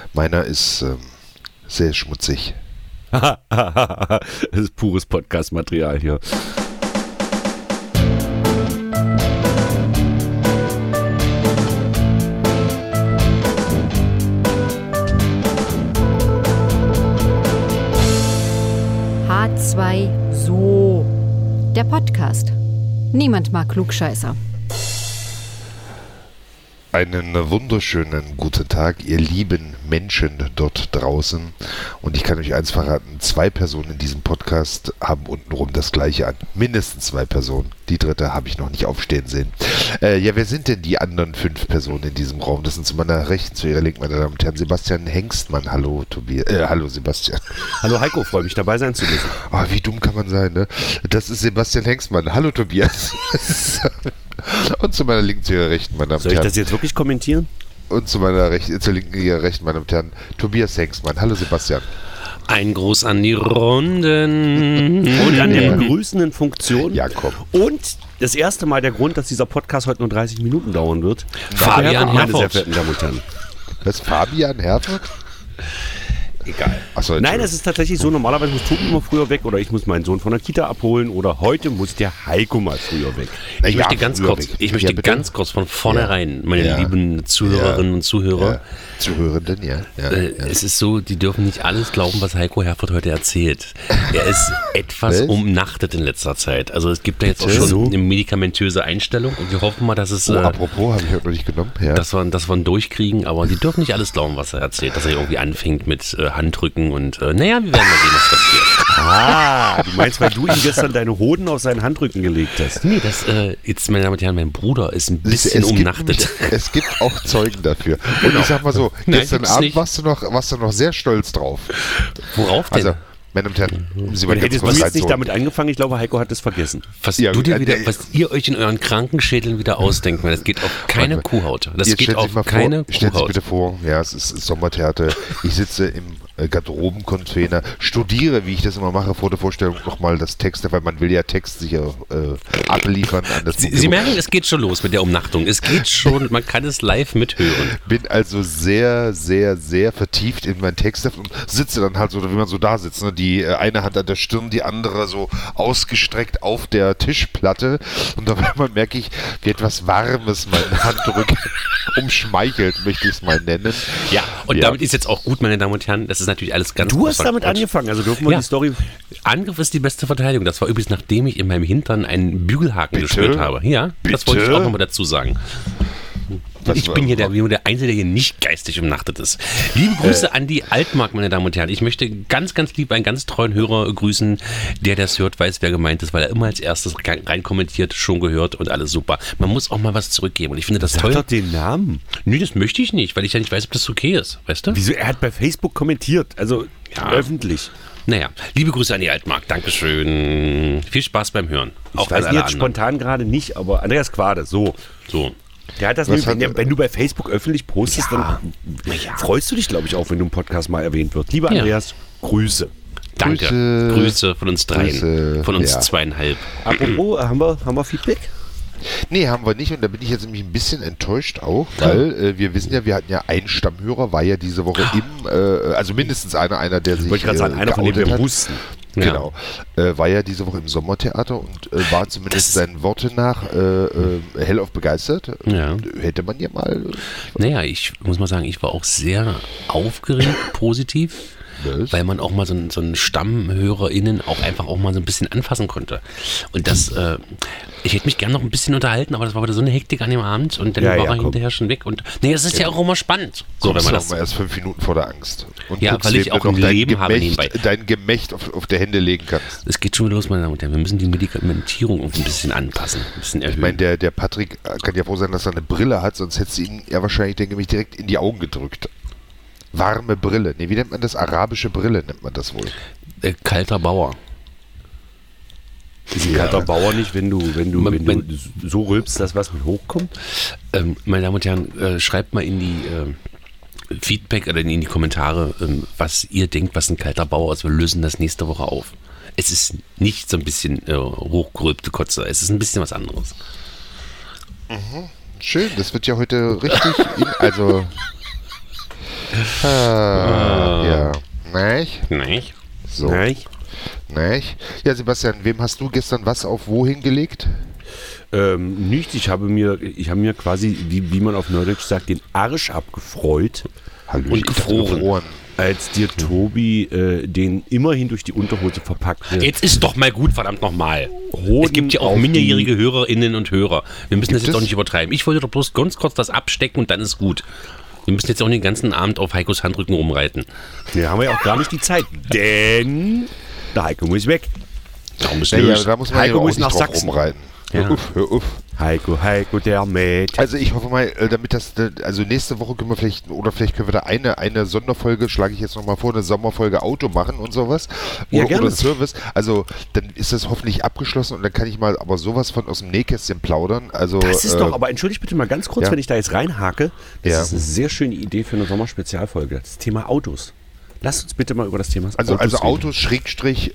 Meiner ist sehr schmutzig. Das ist pures Podcast-Material hier. H2 So. Der Podcast. Niemand mag Klugscheißer. Einen wunderschönen guten Tag, ihr lieben Menschen dort draußen. Und ich kann euch eins verraten, 2 Personen in diesem Podcast haben untenrum das Gleiche an. Mindestens 2 Personen. Die dritte habe ich noch nicht aufstehen sehen. Wer sind denn die anderen 5 Personen in diesem Raum? Das sind zu meiner Rechten, zu ihrer Linken, meine Damen und Herren. Sebastian Hengstmann. Hallo, Tobias. Hallo, Sebastian. Hallo Heiko, freue mich dabei sein zu müssen. Oh, wie dumm kann man sein, ne? Das ist Sebastian Hengstmann. Hallo, Tobias. Und zu meiner Linken, zu ihrer Rechten, meine Damen und Herren. Soll ich das jetzt wirklich kommentieren? Und zu meiner zur Linken, ihrer Rechten, meine Damen und Herren, Tobias Hengstmann. Hallo, Sebastian. Ein Gruß an die Runden. Und an der begrüßenden Funktion. Ja, komm. Und das erste Mal der Grund, dass dieser Podcast heute nur 30 Minuten dauern wird. Fabian meine sehr Herford. verehrten Damen und Herren. Was, Fabian Herford? Egal. Achso, Nein, es ist tatsächlich so, normalerweise muss Tobi immer früher weg oder ich muss meinen Sohn von der Kita abholen oder heute muss der Heiko mal früher weg. Ich möchte ganz kurz von vornherein, meine lieben Zuhörerinnen und Zuhörer, Zuhörenden, es ist so, die dürfen nicht alles glauben, was Heiko Herford heute erzählt. Er ist etwas umnachtet in letzter Zeit. Also es gibt da jetzt auch schon eine medikamentöse Einstellung und wir hoffen mal, dass es... apropos, habe ich heute noch nicht genommen. Ja. Dass wir ihn durchkriegen, aber die dürfen nicht alles glauben, was er erzählt. Dass er irgendwie anfängt mit Handrücken und wir werden mal sehen, was passiert. Du meinst, weil du ihm gestern deine Hoden auf seinen Handrücken gelegt hast? Nee, jetzt, meine Damen und Herren, mein Bruder ist ein bisschen umnachtet. Es gibt auch Zeugen dafür. Und ich sag mal so, gestern Abend warst du noch sehr stolz drauf. Worauf denn? Also, meine Damen und Herren, Sie mal hättest du jetzt nicht damit angefangen? Ich glaube, Heiko hat es vergessen. Was ihr euch in euren Krankenschädeln wieder ausdenkt, das geht auf keine Kuhhaut. Das geht auf keine Kuhhaut. Stellt sich bitte vor, ja, es ist Sommertheater. Ich sitze im Garderobencontainer, studiere, wie ich das immer mache, vor der Vorstellung nochmal das Text, weil man will ja Text sicher abliefern an das Publikum. Sie merken, es geht schon los mit der Umnachtung. Es geht schon, man kann es live mithören. Bin also sehr, sehr, sehr vertieft in meinen Text und sitze dann halt so, wie man so da sitzt, ne? Die eine Hand an der Stirn, die andere so ausgestreckt auf der Tischplatte und dabei merke ich, wie etwas Warmes meinen Handrücken umschmeichelt, möchte ich es mal nennen. Ja, und damit ist jetzt auch gut, meine Damen und Herren, das ist natürlich alles ganz... Du hast damit angefangen, also dürfen wir die Story... Angriff ist die beste Verteidigung. Das war übrigens, nachdem ich in meinem Hintern einen Bügelhaken geschnürt habe. Ja, das wollte ich auch nochmal dazu sagen. Ich bin hier der Einzige, der hier nicht geistig umnachtet ist. Liebe Grüße an die Altmark, meine Damen und Herren. Ich möchte ganz, ganz lieb einen ganz treuen Hörer grüßen, der das hört, weiß, wer gemeint ist, weil er immer als erstes rein kommentiert, schon gehört und alles super. Man muss auch mal was zurückgeben und ich finde das toll. Sag doch den Namen. Nee, das möchte ich nicht, weil ich ja nicht weiß, ob das okay ist, weißt du? Wieso? Er hat bei Facebook kommentiert, also öffentlich. Naja, liebe Grüße an die Altmark, Dankeschön. Viel Spaß beim Hören. Ich weiß jetzt spontan gerade nicht, aber Andreas Quade, so. Der hat das wenn du bei Facebook öffentlich postest, dann freust du dich, glaube ich, auch, wenn du im Podcast mal erwähnt wird. Lieber Andreas, Grüße. Danke. Grüße von uns dreien. Von uns 2,5. Apropos, haben wir Feedback? Nee, haben wir nicht und da bin ich jetzt nämlich ein bisschen enttäuscht auch, weil wir wissen ja, wir hatten ja einen Stammhörer, war ja diese Woche also mindestens einer, der sich wollte ich gerade sagen, einer von denen wir wussten. Genau, war ja diese Woche im Sommertheater und war zumindest seinen Worten nach hellauf begeistert. Ja. Hätte man ja mal... Naja, ich muss mal sagen, ich war auch sehr aufgeregt, positiv. Weil man auch mal so einen StammhörerInnen auch einfach auch mal so ein bisschen anfassen konnte. Und das, ich hätte mich gern noch ein bisschen unterhalten, aber das war wieder so eine Hektik an dem Abend und dann war er hinterher schon weg. Und nee, es ist ja auch immer spannend. So, wenn man das mal erst 5 Minuten vor der Angst. Und ja, weil ich auch ein Leben habe nebenbei. Dein Gemächt auf der Hände legen kannst. Es geht schon wieder los, meine Damen und Herren. Wir müssen die Medikamentierung ein bisschen anpassen, ein bisschen erhöhen. Ich meine, der Patrick kann ja froh sein, dass er eine Brille hat, sonst hätte sie ihn ja wahrscheinlich, denke ich, direkt in die Augen gedrückt. Warme Brille. Nee, wie nennt man das? Arabische Brille nennt man das wohl. Kalter Bauer. Ist ein kalter Bauer nicht, wenn du so rülpst, dass was mit hochkommt? Meine Damen und Herren, schreibt mal in die Feedback oder in die Kommentare, was ihr denkt, was ein kalter Bauer ist. Wir lösen das nächste Woche auf. Es ist nicht so ein bisschen hochgerülpte Kotze. Es ist ein bisschen was anderes. Mhm. Schön, das wird ja heute richtig, also Ja. Nicht? So. Nicht? Ja, Sebastian, wem hast du gestern was auf wohin gelegt? Nichts. Ich habe mir quasi, wie man auf Neudeutsch sagt, den Arsch abgefreut und gefroren. Als dir Tobi den immerhin durch die Unterhose verpackte. Jetzt ist doch mal gut, verdammt nochmal. Es gibt ja auch minderjährige Hörerinnen und Hörer. Wir müssen das jetzt doch nicht übertreiben. Ich wollte doch bloß ganz kurz das abstecken und dann ist gut. Wir müssen jetzt auch den ganzen Abend auf Heikos Handrücken rumreiten. Ja, haben wir ja auch gar nicht die Zeit, denn der Heiko muss weg. Darum ist da muss man Heiko muss nach drauf Sachsen rumreiten. Ja. Hör auf. Heiko, der Mädchen. Also ich hoffe mal, damit also nächste Woche können wir vielleicht können wir da eine Sonderfolge, schlage ich jetzt nochmal vor, eine Sommerfolge Auto machen und sowas. Oder Service. Also dann ist das hoffentlich abgeschlossen und dann kann ich mal aber sowas von aus dem Nähkästchen plaudern. Also, das ist doch, aber entschuldigt bitte mal ganz kurz, wenn ich da jetzt reinhake. Das ist eine sehr schöne Idee für eine Sommerspezialfolge. Das Thema Autos. Lasst uns bitte mal über das Thema Autos reden. Also Autos Schrägstrich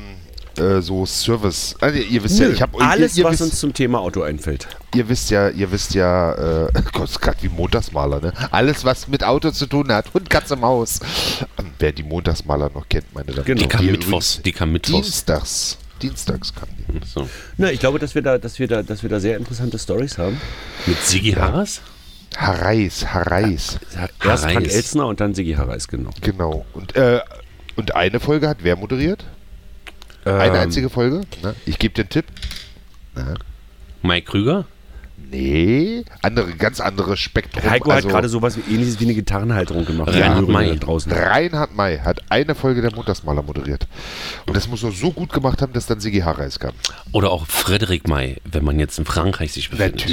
so Service. Also ihr wisst ja, was uns zum Thema Auto einfällt. Ihr wisst ja, Gott, ist gerade wie Montagsmaler, ne? Alles, was mit Auto zu tun hat. Hund, Katze, Maus. Wer die Montagsmaler noch kennt, meine Damen. Genau. Die kam mittwochs. Dienstags kam die. So. Na, ich glaube, dass wir da sehr interessante Storys haben. Mit Sigi Harras? Harreis. Erst Frank Elstner und dann Sigi Harreis, genau. Genau. Und eine Folge hat wer moderiert? Eine einzige Folge? Na, ich gebe den Tipp. Na. Mike Krüger? Nee, ganz andere Spektrum. Heiko hat gerade sowas Ähnliches wie eine Gitarrenhalterung gemacht. Reinhard May hat eine Folge der Montagsmaler moderiert. Und das muss er so gut gemacht haben, dass dann Sigi Harreis kam. Oder auch Frederik May, wenn man jetzt in Frankreich sich befindet.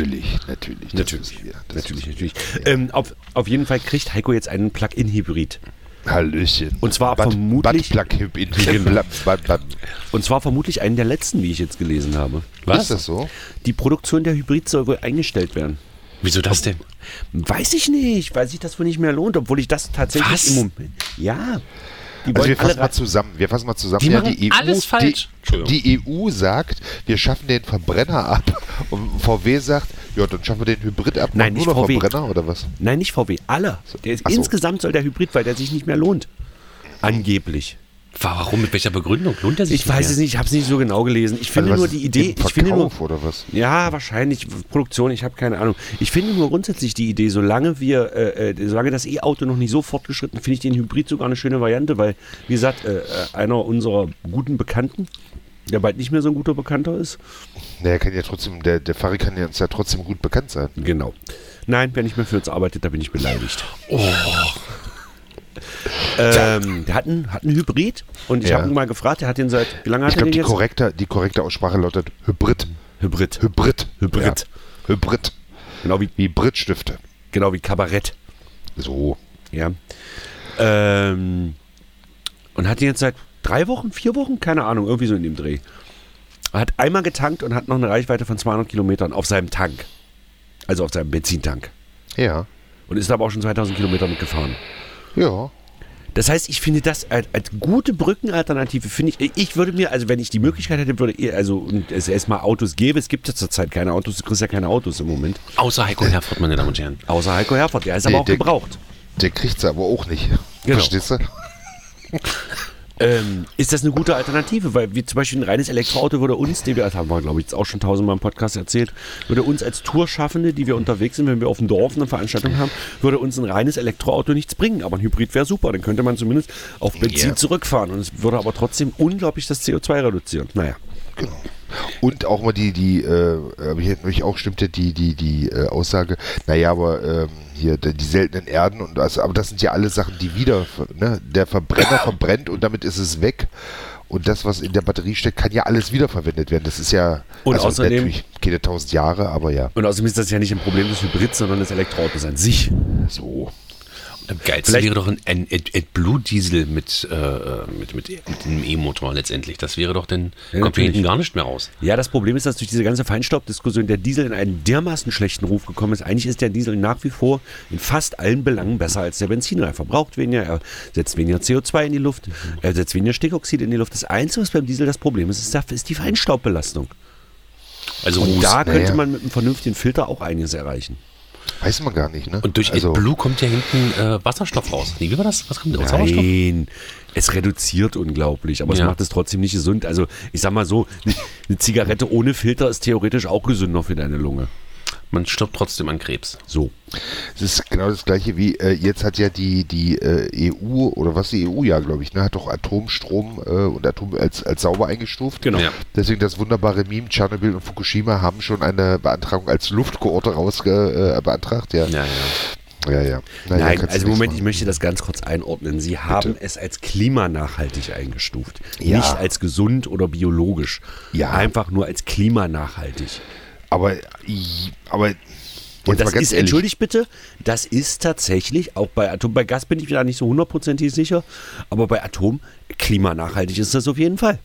Natürlich. Auf jeden Fall kriegt Heiko jetzt einen Plug-in-Hybrid. Hallöchen. Und zwar vermutlich einen der letzten, wie ich jetzt gelesen habe. Was? Ist das so? Die Produktion der Hybrids soll wohl eingestellt werden. Wieso das denn? Weiß ich nicht, weil sich das wohl nicht mehr lohnt, obwohl ich das tatsächlich im Moment. Ja. Wir fassen mal zusammen. Die machen alles falsch. Die EU sagt, wir schaffen den Verbrenner ab. Und VW sagt, ja, dann schaffen wir den Hybrid ab. Nein, nicht VW. Verbrenner oder was? Nein, nicht VW. Alle. Insgesamt soll der Hybrid, weil der sich nicht mehr lohnt. Angeblich. Warum? Mit welcher Begründung lohnt er sich? Ich weiß es nicht, ich habe es nicht so genau gelesen. Ich finde nur die Idee. Oder was? Ja, wahrscheinlich Produktion, ich habe keine Ahnung. Ich finde nur grundsätzlich die Idee, solange das E-Auto noch nicht so fortgeschritten, finde ich den Hybrid sogar eine schöne Variante, weil, wie gesagt, einer unserer guten Bekannten, der bald nicht mehr so ein guter Bekannter ist. Der kann ja trotzdem, der Fahrer kann ja uns ja trotzdem gut bekannt sein. Genau. Nein, wer nicht mehr für uns arbeitet, da bin ich beleidigt. Oh. Der hat einen Hybrid und ich habe ihn mal gefragt, der hat den seit, wie lange hat er den jetzt? Die korrekte Aussprache lautet Hybrid. Ja. Hybrid. Genau wie Brittstifte. Genau wie Kabarett. So. Ja. Und hat den jetzt seit 3 Wochen, 4 Wochen, keine Ahnung, irgendwie so in dem Dreh. Er hat einmal getankt und hat noch eine Reichweite von 200 Kilometern auf seinem Tank. Also auf seinem Benzintank. Ja. Und ist aber auch schon 2000 Kilometer mitgefahren. Ja. Das heißt, ich finde das als gute Brückenalternative, ich würde mir, also wenn ich die Möglichkeit hätte, und es erstmal Autos gäbe, es gibt ja zurzeit keine Autos, du kriegst ja keine Autos im Moment. Außer Heiko Herford, meine Damen und Herren. Außer Heiko Herford, der ist aber auch gebraucht. Der kriegt es aber auch nicht. Genau. Verstehst du? Ist das eine gute Alternative? Weil wie zum Beispiel ein reines Elektroauto würde uns, das haben wir glaube ich jetzt auch schon 1000-mal im Podcast erzählt, würde uns als Tourschaffende, die wir unterwegs sind, wenn wir auf dem Dorf eine Veranstaltung haben, würde uns ein reines Elektroauto nichts bringen. Aber ein Hybrid wäre super, dann könnte man zumindest auf Benzin zurückfahren und es würde aber trotzdem unglaublich das CO2 reduzieren. Naja. Genau. Und auch mal hier auch stimmte die Aussage, naja, aber hier die seltenen Erden und das, aber das sind ja alle Sachen, die wieder, ne, der Verbrenner verbrennt und damit ist es weg. Und das, was in der Batterie steckt, kann ja alles wiederverwendet werden. Das ist ja, und also außerdem, natürlich keine 1000 Jahre, aber ja. Und außerdem ist das ja nicht ein Problem des Hybrids, sondern des Elektroautos an sich. So. Am geilsten wäre doch ein AdBlue-Diesel mit einem E-Motor letztendlich. Das wäre doch dann, kommt hier hinten gar nicht mehr raus. Ja, das Problem ist, dass durch diese ganze Feinstaubdiskussion der Diesel in einen dermaßen schlechten Ruf gekommen ist. Eigentlich ist der Diesel nach wie vor in fast allen Belangen besser als der Benziner. Er verbraucht weniger, er setzt weniger CO2 in die Luft, er setzt weniger Stickoxid in die Luft. Das Einzige, was beim Diesel das Problem ist, ist die Feinstaubbelastung. Also und da könnte man mit einem vernünftigen Filter auch einiges erreichen. Weiß man gar nicht, ne? Und durch AdBlue kommt ja hinten Wasserstoff raus. Nee, wie war das? Was kommt aus Sauerstoff? Nein, es reduziert unglaublich, aber es macht es trotzdem nicht gesund. Also ich sag mal so, eine Zigarette ohne Filter ist theoretisch auch gesünder für deine Lunge. Man stirbt trotzdem an Krebs. So. Es ist genau das gleiche wie, jetzt hat ja die EU, oder was die EU ja, glaube ich, ne, hat doch Atomstrom und Atom als sauber eingestuft. Genau. Ja. Deswegen das wunderbare Meme, Tschernobyl und Fukushima haben schon eine Beantragung als Luftkurorte beantragt. Ja. Naja, Nein, also Moment, ich möchte das ganz kurz einordnen. Sie haben es als klimanachhaltig eingestuft. Ja. Nicht als gesund oder biologisch. Ja. Einfach nur als klimanachhaltig. Aber und das ist, entschuldigt bitte, das ist tatsächlich auch bei Atom, bei Gas bin ich wieder nicht so hundertprozentig sicher, aber bei Atom, klimanachhaltig ist das auf jeden Fall.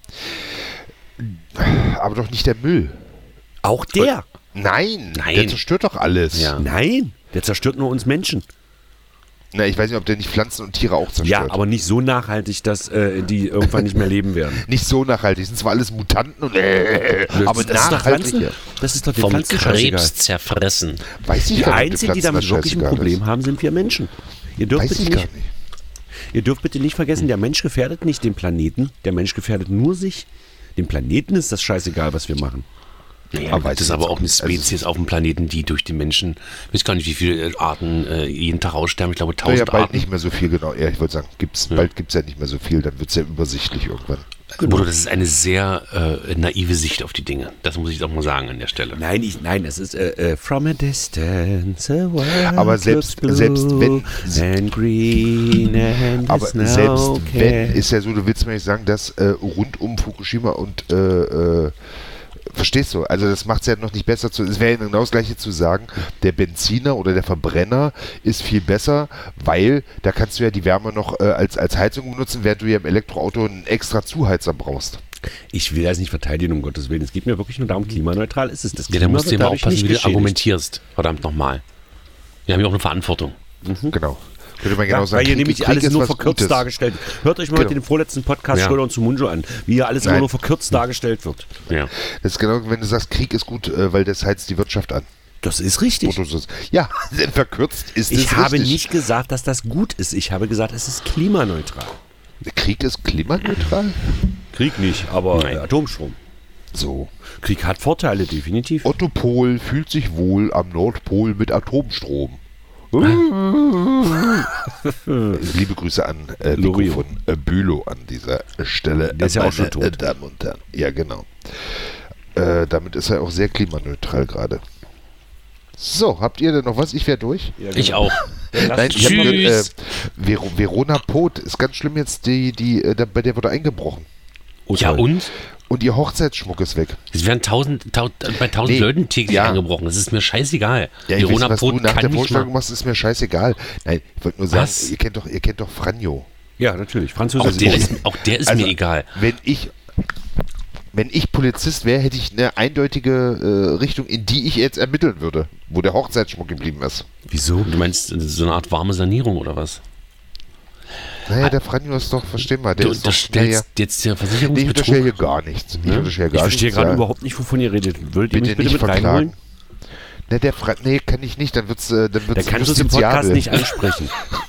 Aber doch nicht der Müll. Auch der? Nein, der zerstört doch alles. Ja. Nein, der zerstört nur uns Menschen. Na, ich weiß nicht, ob der nicht Pflanzen und Tiere auch zerstört. Ja, aber nicht so nachhaltig, dass die irgendwann nicht mehr leben werden. Nicht so nachhaltig. sind zwar alles Mutanten und aber das nachhaltig. Das ist doch vom Krebs zerfressen. Weiß ich die gar nicht, Einzigen, die damit wirklich ein Problem haben, sind wir Menschen. Ihr dürft bitte nicht vergessen, der Mensch gefährdet nicht den Planeten, der Mensch gefährdet nur sich. Dem Planeten ist das scheißegal, was wir machen. Naja, aber das ist aber auch eine Spezies auf dem Planeten, die durch den Menschen, ich weiß gar nicht, wie viele Arten jeden Tag aussterben. Ich glaube 1000 ja, bald Arten. Bald nicht mehr so viel, genau. Ja, ich wollte sagen, bald gibt es ja nicht mehr so viel, dann wird es ja übersichtlich irgendwann. Genau. Bruder, das ist eine sehr naive Sicht auf die Dinge. Das muss ich doch mal sagen an der Stelle. Nein, es ist from a distance a world aber selbst wenn and green and aber snow selbst wenn, ist ja so, du willst mir nicht sagen, dass rund um Fukushima und verstehst du? Also das macht es ja noch nicht besser. Es wäre ja genau das Gleiche zu sagen, der Benziner oder der Verbrenner ist viel besser, weil da kannst du ja die Wärme noch als Heizung benutzen, während du ja im Elektroauto einen extra Zuheizer brauchst. Ich will das nicht verteidigen, um Gottes Willen. Es geht mir wirklich nur darum, klimaneutral ist es. Das Klima da musst du immer aufpassen, wie du geschädigt. Argumentierst. Verdammt nochmal. Wir haben ja auch eine Verantwortung. Genau. Könnte man genau sagen, weil hier nämlich alles nur verkürzt Gutes dargestellt. Hört euch mal heute den vorletzten Podcast Schröder und Sumunju an, wie hier alles immer nur verkürzt dargestellt wird. Ja. Das ist genau, wenn du sagst, Krieg ist gut, weil das heizt die Wirtschaft an. Das ist richtig. Ja, verkürzt ist es richtig. Ich habe nicht gesagt, dass das gut ist. Ich habe gesagt, es ist klimaneutral. Der Krieg ist klimaneutral? Krieg nicht, aber Atomstrom. So. Krieg hat Vorteile, definitiv. Otto Pohl fühlt sich wohl am Nordpol mit Atomstrom. Liebe Grüße an Nico von Bülow an dieser Stelle. Der ist ja auch schon tot. Damen und Herren. Ja, genau. Damit ist er auch sehr klimaneutral gerade. So, habt ihr denn noch was? Ich wäre durch. Ja, genau. Ich auch. Nein, Tschüss. Verona Poth ist ganz schlimm jetzt, bei der wurde eingebrochen. Ja, und? Und ihr Hochzeitsschmuck ist weg. Es werden bei 1000 Leuten täglich eingebrochen. Das ist mir scheißegal. Ja, ich weiß, was du nach der Vorstellung machst, ist mir scheißegal. Nein, ich wollte nur sagen, ihr kennt doch Franjo. Ja, natürlich. Auch der ist mir egal. Wenn ich Polizist wäre, hätte ich eine eindeutige Richtung, in die ich jetzt ermitteln würde, wo der Hochzeitsschmuck geblieben ist. Wieso? Du meinst so eine Art warme Sanierung oder was? Naja, der Franjo ist doch, versteh mal, der ist doch... jetzt der Versicherungsbetrug? Ich unterstelle hier gar nichts. Ich verstehe gerade überhaupt nicht, wovon ihr redet. Würdet ihr mich bitte mit reinholen? Nee, kann ich nicht, dann wird's Dann kannst du es im Podcast nicht ansprechen.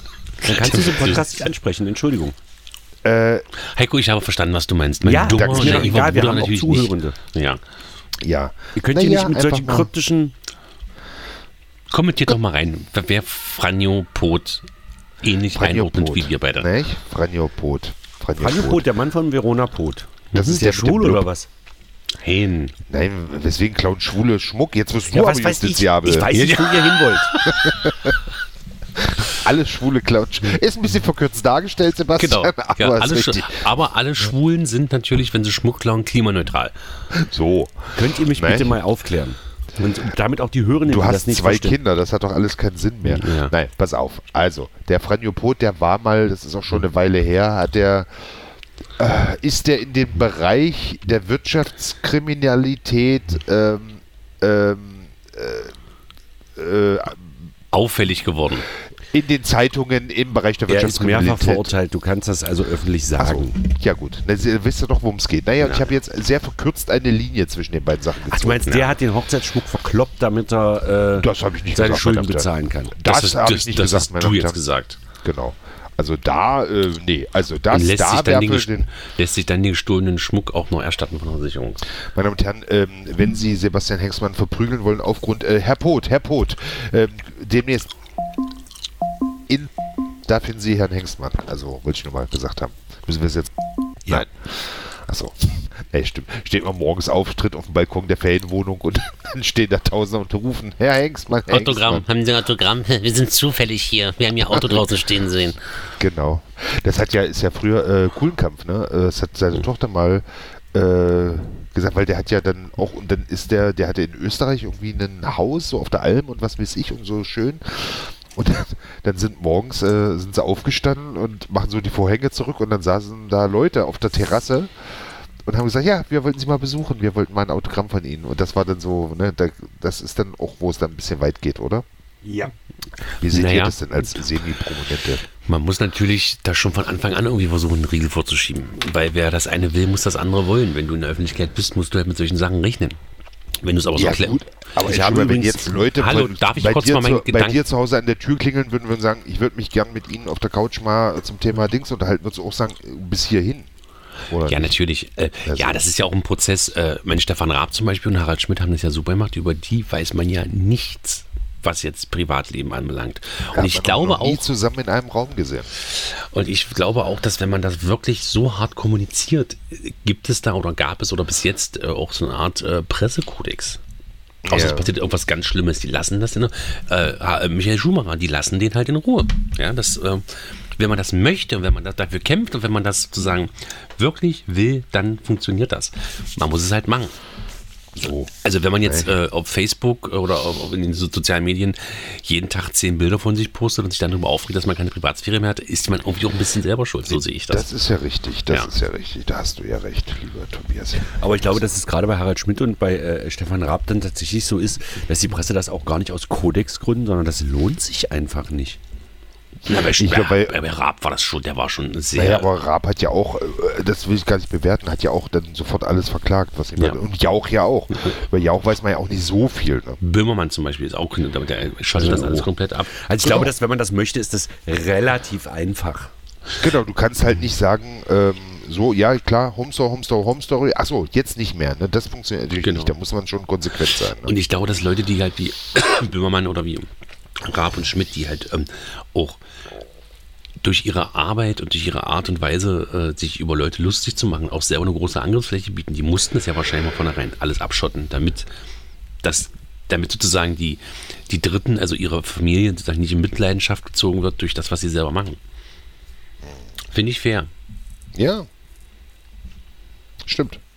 Entschuldigung. Heiko, ich habe verstanden, was du meinst. Ja, ist mir egal, wir haben auch Zuhörende. Ja. Ja. Ihr könnt hier nicht mit solchen kryptischen... Kommentiert doch mal rein, wer Franjo Poth ähnlich einordnet wie wir beide. Nicht? Franjo Poth, der Mann von Verona Poth. Das ist der schwul oder was? Nein, weswegen klauen Schwule Schmuck? Jetzt wirst du aber justiziabel. Ich weiß nicht, wo ihr hin wollt. Alle Schwule klauen. Ist ein bisschen verkürzt dargestellt, Sebastian. Genau. Aber alle Schwulen sind natürlich, wenn sie Schmuck klauen, klimaneutral. So. Könnt ihr mich bitte mal aufklären? Und damit auch die Hörenden, du die hast das nicht 2 verstehen. Kinder, das hat doch alles keinen Sinn mehr. Ja. Nein, pass auf. Also, der Franjo Poth, der war mal, das ist auch schon eine Weile her, ist der in dem Bereich der Wirtschaftskriminalität auffällig geworden. In den Zeitungen im Bereich der Wirtschaftskriminalität. Er ist mehrfach verurteilt, du kannst das also öffentlich sagen. So. Ja gut, wisst ihr doch, worum es geht. Naja, ich habe jetzt sehr verkürzt eine Linie zwischen den beiden Sachen gezogen. Ach, du meinst, der hat den Hochzeitsschmuck verkloppt, damit er seine Schulden bezahlen kann? Das habe ich nicht gesagt. Das hast du jetzt gesagt. Genau. Also da, lässt sich dann den gestohlenen Schmuck auch noch erstatten von der Versicherung. Meine Damen und Herren, wenn Sie Sebastian Hengstmann verprügeln wollen aufgrund, Herr Poth, demnächst da finden Sie Herrn Hengstmann. Also, wollte ich nur mal gesagt haben. Müssen wir es jetzt... Ja. Nein. Achso. Nee, stimmt. Steht man morgens auf, tritt auf den Balkon der Ferienwohnung und dann stehen da Tausende und rufen, Herr Hengstmann, Herr Autogramm, Hengstmann. haben Sie ein Autogramm? Wir sind zufällig hier. Wir haben Ihr Auto draußen stehen sehen. Genau. Das ist ja früher Kuhlenkampf, ne? Das hat seine Tochter mal gesagt, weil der hat ja dann auch, und dann ist der hatte in Österreich irgendwie ein Haus, so auf der Alm und was weiß ich und so schön. Und dann sind morgens sind sie aufgestanden und machen so die Vorhänge zurück und dann saßen da Leute auf der Terrasse und haben gesagt, ja, wir wollten Sie mal besuchen, wir wollten mal ein Autogramm von Ihnen. Und das war dann so, ne, das ist dann auch, wo es dann ein bisschen weit geht, oder? Ja. Wie seht ihr das denn als Semi-Prominente? Man muss natürlich da schon von Anfang an irgendwie versuchen, einen Riegel vorzuschieben. Weil wer das eine will, muss das andere wollen. Wenn du in der Öffentlichkeit bist, musst du halt mit solchen Sachen rechnen. Wenn du es aber so gut, aber ich habe wenn jetzt Leute bei dir zu Hause an der Tür klingeln würden sagen, ich würde mich gern mit Ihnen auf der Couch mal zum Thema Dings unterhalten, würdest du auch sagen, bis hierhin? Oder ja, nicht? natürlich. Ja, das ist ja auch ein Prozess. Mein Stefan Raab zum Beispiel und Harald Schmidt haben das ja super gemacht. Über die weiß man ja nichts, was jetzt Privatleben anbelangt. Und ich glaube auch, nie zusammen in einem Raum gesehen. Und ich glaube auch, dass wenn man das wirklich so hart kommuniziert, gibt es da oder gab es oder bis jetzt auch so eine Art Pressekodex. Außer es passiert irgendwas ganz Schlimmes, die lassen das Michael Schumacher, die lassen den halt in Ruhe. Ja, das, wenn man das möchte und wenn man dafür kämpft und wenn man das sozusagen wirklich will, dann funktioniert das. Man muss es halt machen. So. Also wenn man jetzt auf Facebook oder in den sozialen Medien jeden Tag 10 Bilder von sich postet und sich dann darüber aufregt, dass man keine Privatsphäre mehr hat, ist man irgendwie auch ein bisschen selber schuld. So sehe ich das. Das ist ja richtig, da hast du ja recht, lieber Tobias. Aber ich glaube, dass es gerade bei Harald Schmidt und bei Stefan Raab dann tatsächlich so ist, dass die Presse das auch gar nicht aus Kodexgründen, sondern das lohnt sich einfach nicht. Ja, bei Raab war das schon, der war schon sehr... Naja, aber Raab hat ja auch, das will ich gar nicht bewerten, hat ja auch dann sofort alles verklagt, was ihm und Jauch ja auch. Bei Jauch weiß man ja auch nicht so viel. Ne? Böhmermann zum Beispiel ist auch, der schaltet das alles komplett ab. Also ich glaube, dass wenn man das möchte, ist das relativ einfach. Genau, du kannst halt nicht sagen, so, ja klar, Home Story, achso, jetzt nicht mehr. Ne? Das funktioniert natürlich nicht, da muss man schon konsequent sein. Ne? Und ich glaube, dass Leute, die halt wie Böhmermann oder wie Raab und Schmidt, die halt auch durch ihre Arbeit und durch ihre Art und Weise, sich über Leute lustig zu machen, auch selber eine große Angriffsfläche bieten. Die mussten es ja wahrscheinlich von vornherein alles abschotten, damit sozusagen die Dritten, also ihre Familie, sozusagen nicht in Mitleidenschaft gezogen wird durch das, was sie selber machen. Finde ich fair. Ja. Stimmt.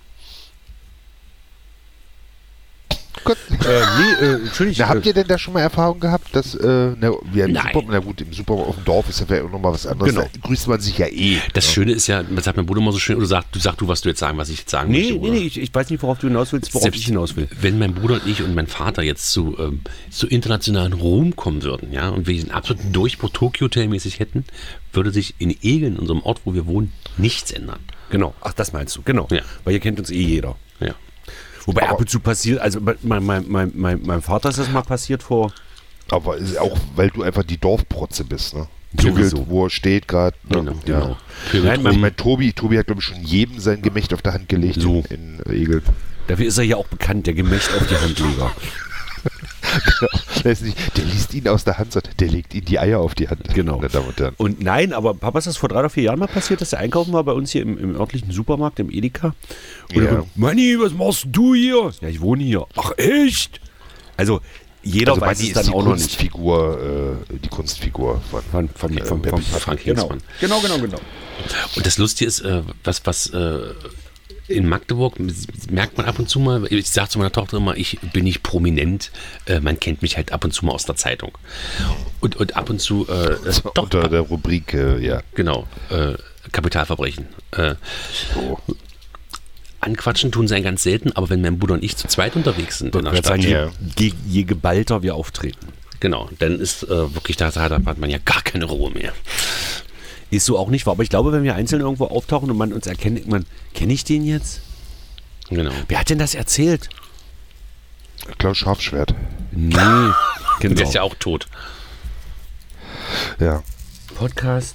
Gut. Entschuldigung. Habt ihr denn da schon mal Erfahrung gehabt, dass im Supermarkt auf dem Dorf ist ja vielleicht auch nochmal was anderes. Genau. Da grüßt man sich ja eh. Das Schöne ist ja, das sagt mein Bruder immer so schön, oder sag du, was du jetzt sagen, was ich jetzt sagen möchte. Nee, ich weiß nicht, worauf du hinaus willst, worauf ich hinaus will. Wenn mein Bruder und ich und mein Vater jetzt zu internationalen Ruhm kommen würden, ja, und wir diesen absoluten Durchbruch Tokyo-Hotel-mäßig hätten, würde sich in Egeln, in unserem Ort, wo wir wohnen, nichts ändern. Genau, ach, das meinst du, genau. Ja. Weil hier kennt uns eh jeder. Ja. Wobei ab und zu passiert, also meinem Vater ist das mal passiert vor... Aber auch, weil du einfach die Dorfprotze bist, ne? Sowieso. Wo er steht gerade. Ne? Genau. Nein, mein Tobi hat, glaube ich, schon jedem sein Gemächt auf der Hand gelegt so. in Egel. Dafür ist er ja auch bekannt, der Gemächt auf die Handleger. Der liest ihn aus der Hand, der legt ihm die Eier auf die Hand. Genau. Und nein, aber Papa, ist das vor 3 oder 4 Jahren mal passiert, dass er einkaufen war bei uns hier im örtlichen Supermarkt, im Edeka. Und er sagt, Manni, was machst du hier? Ja, ich wohne hier. Ach, echt? Also, jeder weiß es dann auch noch nicht. Die Kunstfigur von Frank Hengstmann. Genau. Und das Lustige ist, was in Magdeburg merkt man ab und zu mal, ich sage zu meiner Tochter immer, ich bin nicht prominent, man kennt mich halt ab und zu mal aus der Zeitung. Und ab und zu... unter der Rubrik, ja. Genau, Kapitalverbrechen. Anquatschen tun sie einen ganz selten, aber wenn mein Bruder und ich zu zweit unterwegs sind in der Stadt... Je geballter wir auftreten. Genau, dann ist wirklich, da hat man ja gar keine Ruhe mehr. Ist so auch nicht wahr. Aber ich glaube, wenn wir einzeln irgendwo auftauchen und man uns erkennt, denkt man, kenne ich den jetzt? Genau. Wer hat denn das erzählt? Klaus Scharfschwert. Nee, genau. Der ist ja auch tot. Ja. Podcast.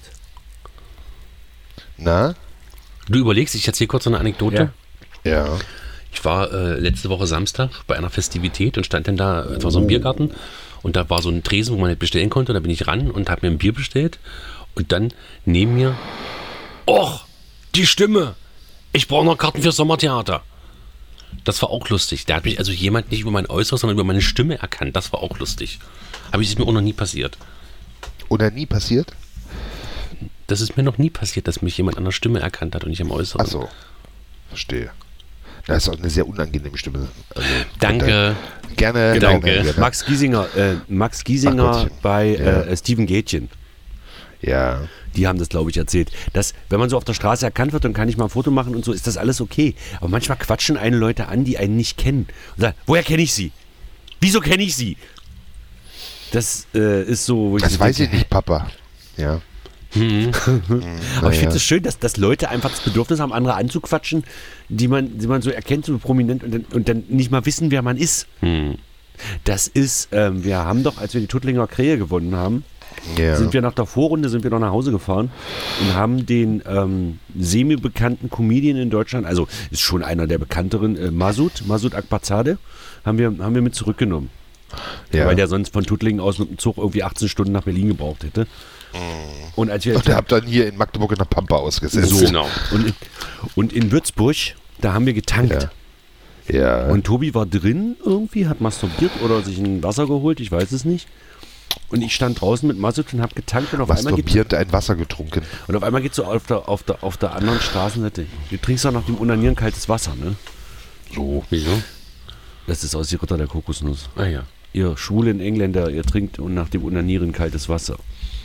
Na? Du überlegst, ich erzähle kurz eine Anekdote. Ja. Ich war letzte Woche Samstag bei einer Festivität und stand dann da, es war so ein Biergarten und da war so ein Tresen, wo man nicht bestellen konnte und da bin ich ran und habe mir ein Bier bestellt und dann neben mir, och, die Stimme, ich brauche noch Karten fürs Sommertheater. Das war auch lustig. Da hat mich also jemand nicht über mein Äußeres, sondern über meine Stimme erkannt. Das war auch lustig. Aber das ist mir auch noch nie passiert. Oder nie passiert? Das ist mir noch nie passiert, dass mich jemand an der Stimme erkannt hat und nicht am Äußeren. Ach so, verstehe. Das ist auch eine sehr unangenehme Stimme. Also, Danke. Gerne. Genau. Gerne. Max Giesinger Ach, bei Steven Gätchen. Ja. Die haben das, glaube ich, erzählt. Dass, wenn man so auf der Straße erkannt wird, dann kann ich mal ein Foto machen und so, ist das alles okay. Aber manchmal quatschen einen Leute an, die einen nicht kennen. Und sagen, woher kenne ich sie? Wieso kenne ich sie? Das ist so... Wo Das weiß ich nicht, Papa. Ja. Aber ich finde es schön, dass Leute einfach das Bedürfnis haben, andere anzuquatschen, die man so erkennt, so prominent und dann nicht mal wissen, wer man ist. Das ist, wir haben doch, als wir die Tuttlinger Krähe gewonnen haben, sind wir nach der Vorrunde noch nach Hause gefahren und haben den semi-bekannten Comedian in Deutschland, also ist schon einer der bekannteren, Masud Akbarzadeh, haben wir mit zurückgenommen. Ja. Weil der sonst von Tuttlingen aus mit dem Zug irgendwie 18 Stunden nach Berlin gebraucht hätte. Und als wir Und ihr habt dann hier in Magdeburg in der Pampa ausgesetzt. so, Genau. und in Würzburg, da haben wir getankt. Ja. Und Tobi war drin irgendwie, hat masturbiert oder sich ein Wasser geholt, ich weiß es nicht. Und ich stand draußen mit Masud und habe getankt und auf einmal ein Wasser getrunken. geht so auf der anderen Straßenseite. Du trinkst doch nach dem Unanieren kaltes Wasser, ne? So. Wieso? Das ist aus die Ritter der Kokosnuss. Ah ja. Ihr schwulen Engländer, ihr trinkt nach dem Unanieren kaltes Wasser.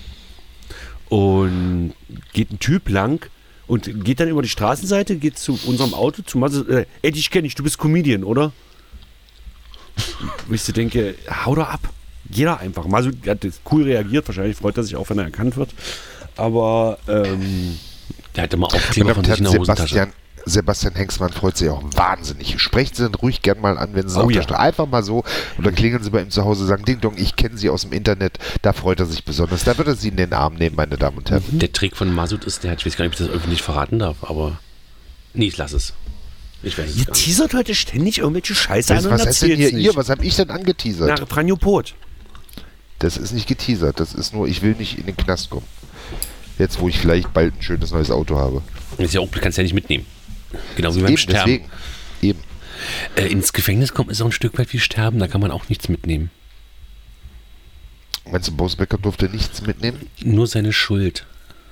Und geht ein Typ lang und geht dann über die Straßenseite, geht zu unserem Auto, zu Masud, ey, dich kenne ich, du bist Comedian, oder? Und ich so denke, hau doch ab. Geh da einfach. Masud hat cool reagiert, wahrscheinlich freut er sich auch, wenn er erkannt wird. Aber der hatte mal Aufkleber von sich in der Hosentasche. Sebastian Hengstmann freut sich auch wahnsinnig. Sprechen Sie dann ruhig gern mal an, wenn Sie auf der Straße einfach mal so und dann klingeln Sie bei ihm zu Hause und sagen, Ding Dong, ich kenne Sie aus dem Internet. Da freut er sich besonders. Da wird er Sie in den Arm nehmen, meine Damen und Herren. Der Trick von Masud ist, ich weiß gar nicht, ob ich das öffentlich verraten darf, aber nee, ich lasse es. Ich weiß ihr teasert heute ständig irgendwelche Scheiße an und was ist denn hier nicht. ihr? Was habe ich denn angeteasert? Na, Franjo Pot. Das ist nicht geteasert. Das ist nur, ich will nicht in den Knast kommen. Jetzt, wo ich vielleicht bald ein schönes neues Auto habe. Das ist ja auch, du kannst ja nicht mitnehmen. Genau wie beim Sterben. Deswegen. Ins Gefängnis kommen ist auch ein Stück weit wie Sterben, da kann man auch nichts mitnehmen. Meinst du, Boris Becker durfte nichts mitnehmen? Nur seine Schuld.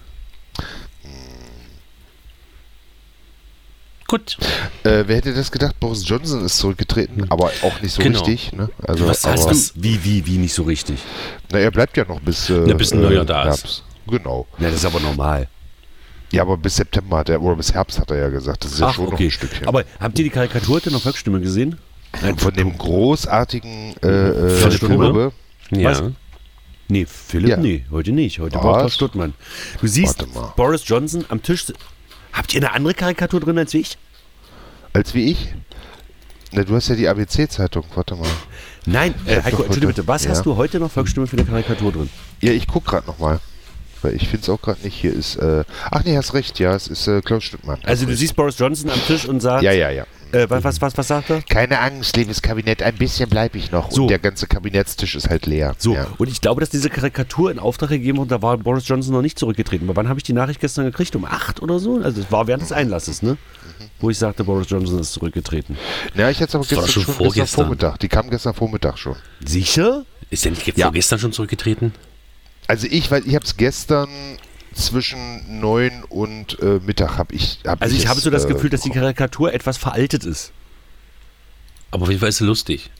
Gut. Wer hätte das gedacht? Boris Johnson ist zurückgetreten, aber auch nicht so richtig. Ne? Also, Was heißt das? Wie nicht so richtig? Na, er bleibt ja noch bis ein Neujahr da ist. Genau. Na, das ist aber normal. Ja, aber bis September oder bis Herbst hat er ja gesagt. Das ist ja schon noch ein Stückchen. Aber habt ihr die Karikatur in der Volksstimme gesehen? Von dem großartigen Philipp? Ja. Was? Nee, Philipp, Ja. nee, heute nicht. Heute war Frau Stuttmann. Du siehst Boris Johnson am Tisch. Habt ihr eine andere Karikatur drin als ich? Als wie ich? Na, du hast ja die ABC-Zeitung. Warte mal. Nein, Heiko, entschuldige bitte. Was Ja. hast du heute noch Volksstimme für eine Karikatur drin? Ja, ich guck gerade nochmal. Weil ich finde es auch gerade nicht. Hier ist. Ach nee, hast recht. Ja, es ist Klaus Stuttmann. Also du siehst Boris Johnson am Tisch und sagt... Ja. Was sagt er? Keine Angst, liebes Kabinett, ein bisschen bleibe ich noch. So. Und der ganze Kabinettstisch ist halt leer. So, Ja. und ich glaube, dass diese Karikatur in Auftrag gegeben wurde, da war Boris Johnson noch nicht zurückgetreten. Aber wann habe ich die Nachricht gestern gekriegt? Um 8 oder so? Also es war während des Einlasses, ne? Wo ich sagte, Boris Johnson ist zurückgetreten. Ja, ich hätte es aber war gestern schon gestern Vormittag. Die kam gestern Vormittag schon. Sicher? Ist der nicht Ja. vorgestern schon zurückgetreten? Also ich habe es gestern zwischen 9 und Mittag habe ich. Also ich habe so das Gefühl, dass die bekommen. Karikatur etwas veraltet ist. Aber auf jeden Fall ist sie lustig.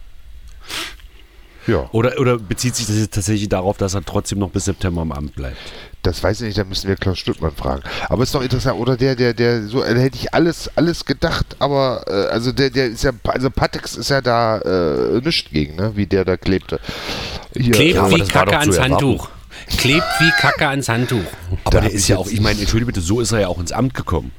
Ja, Oder bezieht sich das jetzt tatsächlich darauf, dass er trotzdem noch bis September am Amt bleibt? das weiß ich nicht, da müssen wir Klaus Stuttmann fragen. Aber ist doch interessant, oder der, so, da hätte ich alles gedacht, aber also der ist ja, also Patex ist ja da nichts gegen, ne, wie der da klebte. Klebt wie Kacke ans Handtuch. Klebt wie Kacke ans Handtuch. Aber der ist ja auch, ich meine, entschuldige bitte, so ist er ja auch ins Amt gekommen.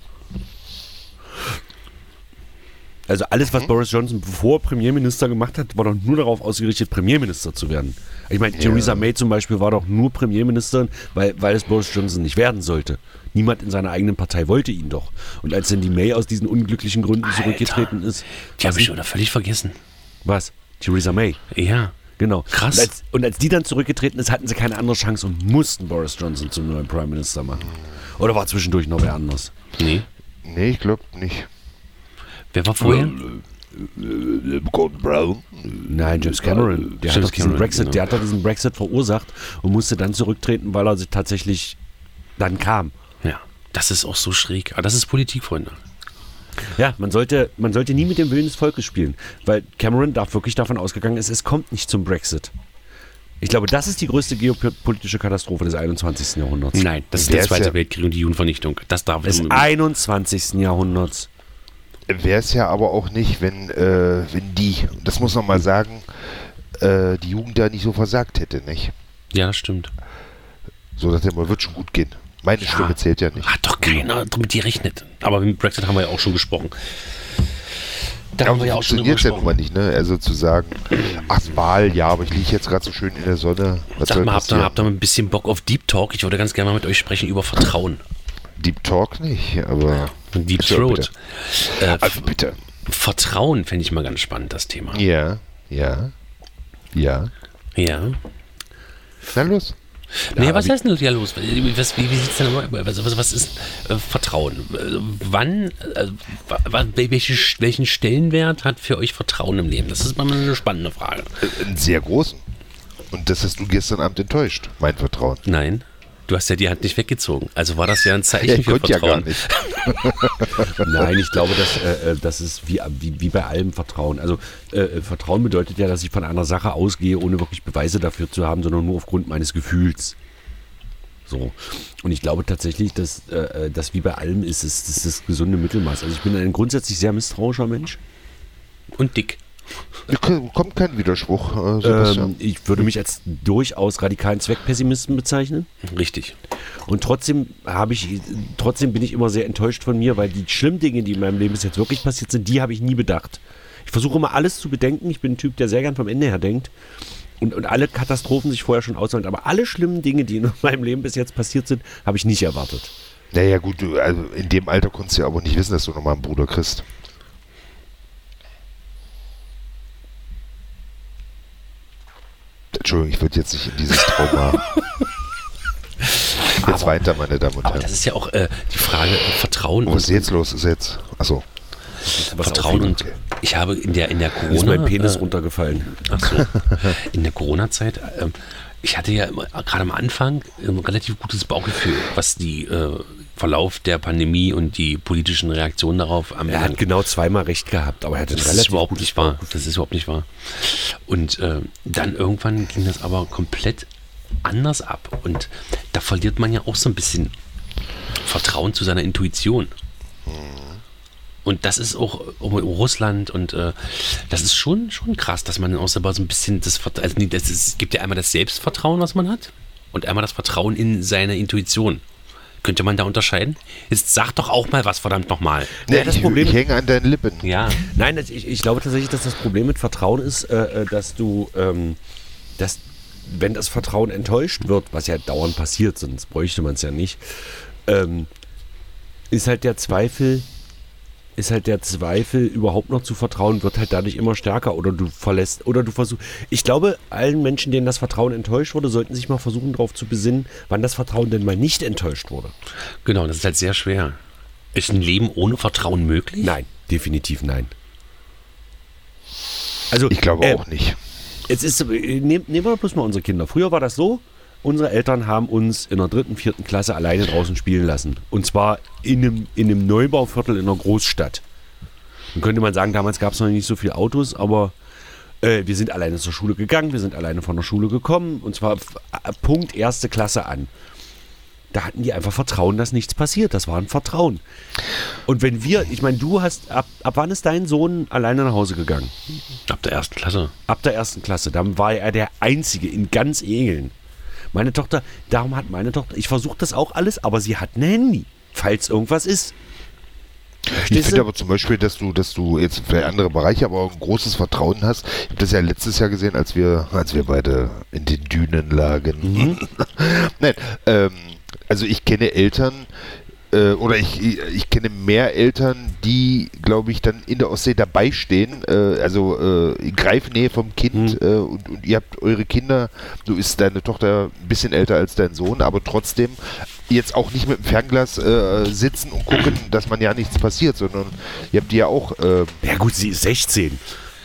Also alles, was Boris Johnson bevor Premierminister gemacht hat, war doch nur darauf ausgerichtet, Premierminister zu werden. Ich meine, Theresa May zum Beispiel war doch nur Premierministerin, weil es Boris Johnson nicht werden sollte. Niemand in seiner eigenen Partei wollte ihn doch. Und als dann die May aus diesen unglücklichen Gründen zurückgetreten ist... Die habe ich schon völlig vergessen. Was? Theresa May? Ja. Genau. Krass. Und als die dann zurückgetreten ist, hatten sie keine andere Chance und mussten Boris Johnson zum neuen Prime Minister machen. Oder war zwischendurch noch wer anders? Nee, ich glaube nicht. Wer war vorher? Gordon Brown? Nein, James Cameron. Der hat doch diesen Brexit verursacht und musste dann zurücktreten, weil er sich tatsächlich dann kam. Ja, das ist auch so schräg. Aber das ist Politik, Freunde. Ja, man sollte nie mit dem Willen des Volkes spielen, weil Cameron wirklich davon ausgegangen ist, es kommt nicht zum Brexit. Ich glaube, das ist die größte geopolitische Katastrophe des 21. Jahrhunderts. Nein, das ist der Zweite Weltkrieg und die Judenvernichtung. Das darf des 21. Jahrhunderts. Wäre es ja aber auch nicht, wenn die, das muss man mal sagen, die Jugend da nicht so versagt hätte, nicht? Ja, das stimmt. So, dass der wird schon gut gehen. Meine Stimme zählt ja nicht. Hat doch keiner mit gerechnet. Aber mit Brexit haben wir ja auch schon gesprochen. Da haben wir ja auch schon drüber gesprochen. Ja nicht, ne? Also zu sagen, ach, Wahl, ja, aber ich liege jetzt gerade so schön in der Sonne. Sag mal, habt ihr ein bisschen Bock auf Deep Talk? Ich würde ganz gerne mal mit euch sprechen über Vertrauen. Deep Talk nicht, aber... Deep Throat. Also bitte. Vertrauen fände ich mal ganz spannend, das Thema. Ja. Na los. Nee, was heißt denn ja los? Wie sieht es denn was ist Vertrauen? Wann, welchen Stellenwert hat für euch Vertrauen im Leben? Das ist mal eine spannende Frage. Einen sehr großen. Und das hast du gestern Abend enttäuscht, mein Vertrauen. Nein. Du hast ja die Hand nicht weggezogen. Also war das ja ein Zeichen für Vertrauen. Ja gar nicht. Nein, ich glaube, das ist wie bei allem Vertrauen. Also Vertrauen bedeutet ja, dass ich von einer Sache ausgehe, ohne wirklich Beweise dafür zu haben, sondern nur aufgrund meines Gefühls. So. Und ich glaube tatsächlich, dass das wie bei allem ist das gesunde Mittelmaß. Also ich bin ein grundsätzlich sehr misstrauischer Mensch. Und dick. Kommt kein Widerspruch. Ich würde mich als durchaus radikalen Zweckpessimisten bezeichnen. Richtig. Und trotzdem bin ich immer sehr enttäuscht von mir, weil die schlimmen Dinge, die in meinem Leben bis jetzt wirklich passiert sind, die habe ich nie bedacht. Ich versuche immer alles zu bedenken. Ich bin ein Typ, der sehr gern vom Ende her denkt und alle Katastrophen sich vorher schon ausmalt. Aber alle schlimmen Dinge, die in meinem Leben bis jetzt passiert sind, habe ich nicht erwartet. Naja gut, also in dem Alter konntest du ja aber nicht wissen, dass du nochmal einen Bruder kriegst. Entschuldigung, ich würde jetzt nicht in dieses Trauma. Jetzt weiter, meine Damen und Herren. Aber das ist ja auch die Frage, Vertrauen. Was ist jetzt los? Ist jetzt. Achso. Vertrauen und ich habe in der Corona... Ist mein Penis runtergefallen. Achso. In der Corona-Zeit, ich hatte ja gerade am Anfang ein relativ gutes Bauchgefühl, was die Verlauf der Pandemie und die politischen Reaktionen darauf anbelangt. Er hat genau zweimal recht gehabt, aber er hatte das ist überhaupt nicht wahr. Das ist überhaupt nicht wahr. Und dann irgendwann ging das aber komplett anders ab. Und da verliert man ja auch so ein bisschen Vertrauen zu seiner Intuition. Und das ist auch Russland und das ist schon krass, dass man auch so ein bisschen es gibt ja einmal das Selbstvertrauen, was man hat, und einmal das Vertrauen in seine Intuition. Könnte man da unterscheiden? Jetzt sag doch auch mal was, verdammt nochmal. Ja, ich hänge an deinen Lippen. Ja. Nein, ich glaube tatsächlich, dass das Problem mit Vertrauen ist, dass du, wenn das Vertrauen enttäuscht wird, was ja dauernd passiert, sonst bräuchte man es ja nicht, ist halt der Zweifel, überhaupt noch zu vertrauen, wird halt dadurch immer stärker oder du verlässt oder du versuchst. Ich glaube, allen Menschen, denen das Vertrauen enttäuscht wurde, sollten sich mal versuchen, darauf zu besinnen, wann das Vertrauen denn mal nicht enttäuscht wurde. Genau, das ist halt sehr schwer. Ist ein Leben ohne Vertrauen möglich? Nein, definitiv nein. Also, ich glaube auch nicht. Nehmen wir bloß mal unsere Kinder. Früher war das so, unsere Eltern haben uns in der 3., 4. Klasse alleine draußen spielen lassen. Und zwar in einem Neubauviertel in einer Großstadt. Dann könnte man sagen, damals gab es noch nicht so viele Autos, aber wir sind alleine zur Schule gegangen, wir sind alleine von der Schule gekommen. Und zwar Punkt 1. Klasse an. Da hatten die einfach Vertrauen, dass nichts passiert. Das war ein Vertrauen. Und wenn ich meine, du hast, ab wann ist dein Sohn alleine nach Hause gegangen? Ab der 1. Klasse. Ab der 1. Klasse. Dann war er der Einzige in ganz Egeln. Meine Tochter, ich versuche das auch alles, aber sie hat ein Handy, falls irgendwas ist. Ich finde aber zum Beispiel, dass du jetzt vielleicht andere Bereiche, aber auch ein großes Vertrauen hast. Ich habe das ja letztes Jahr gesehen, als wir beide in den Dünen lagen. Nein, also ich kenne Eltern, oder ich kenne mehr Eltern, die, glaube ich, dann in der Ostsee dabei stehen, in Greifnähe vom Kind und ihr habt eure Kinder, du ist deine Tochter ein bisschen älter als dein Sohn, aber trotzdem jetzt auch nicht mit dem Fernglas sitzen und gucken, dass man ja nichts passiert, sondern ihr habt die ja auch... ja gut, sie ist 16.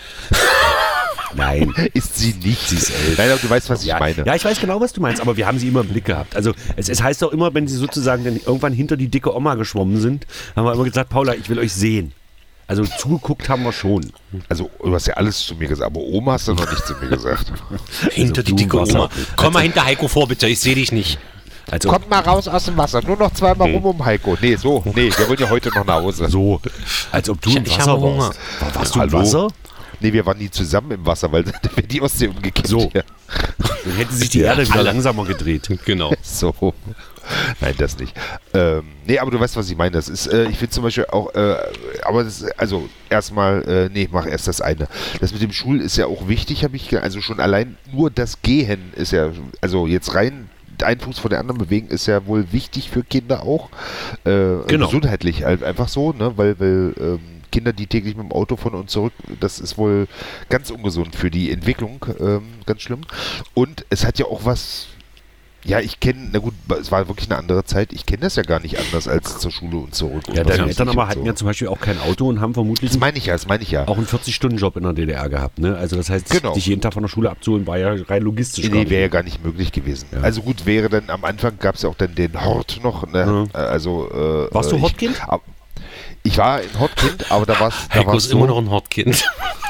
Nein. Ist sie nicht. Sie ist 11. Nein, aber du weißt, was ich meine. Ja, ich weiß genau, was du meinst, aber wir haben sie immer im Blick gehabt. Also es heißt doch immer, wenn sie sozusagen dann irgendwann hinter die dicke Oma geschwommen sind, haben wir immer gesagt, Paula, ich will euch sehen. Also zugeguckt haben wir schon. Also du hast ja alles zu mir gesagt, aber Oma hast du noch nicht zu mir gesagt. Hinter die dicke Oma. Komm mal hinter Heiko vor, bitte, ich sehe dich nicht. Also, kommt mal raus aus dem Wasser, nur noch zweimal rum um Heiko. Nee, wir wollen ja heute noch nach Hause. So, als ob du im Wasser warst. Warst du im Wasser? Nee, wir waren nie zusammen im Wasser, weil dann wäre die Ostsee umgekippt. So. Dann hätte sich die Erde wieder langsamer gedreht. Genau. So. Nein, das nicht. Nee, aber du weißt, was ich meine. Das ist, ich finde zum Beispiel auch, aber das ist, also erstmal, mach erst das eine. Das mit dem Schul ist ja auch wichtig, also schon allein nur das Gehen ist ja, also jetzt rein einen Fuß vor der anderen bewegen ist ja wohl wichtig für Kinder auch. Genau. Gesundheitlich halt einfach so, ne, weil Kinder, die täglich mit dem Auto von und zurück, das ist wohl ganz ungesund für die Entwicklung, ganz schlimm. Und es hat ja auch was, ja, ich kenne, na gut, es war wirklich eine andere Zeit, ich kenne das ja gar nicht anders als zur Schule und zurück. Ja, deine Eltern aber hatten ja zum Beispiel auch kein Auto und haben vermutlich... Das meine ich ja. Auch einen 40-Stunden-Job in der DDR gehabt, ne? Also das heißt, dich jeden Tag von der Schule abzuholen, war ja rein logistisch. Nee, wäre ja gar nicht möglich gewesen. Ja. Also gut, wäre dann, am Anfang gab es ja auch dann den Hort noch, ne? Warst du Hortkind? Ich war ein Hortkind, aber da war's... Heiko ist immer noch ein Hortkind.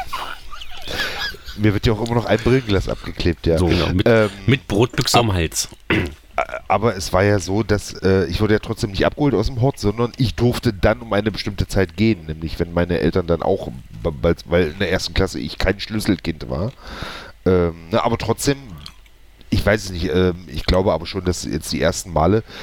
Mir wird ja auch immer noch ein Brillenglas abgeklebt, ja. So, genau. Mit Brotbüchse am Hals. Aber es war ja so, dass ich wurde ja trotzdem nicht abgeholt aus dem Hort, sondern ich durfte dann um eine bestimmte Zeit gehen. Nämlich, wenn meine Eltern dann auch, weil in der 1. Klasse ich kein Schlüsselkind war. Aber trotzdem, ich weiß es nicht, ich glaube aber schon, dass jetzt die ersten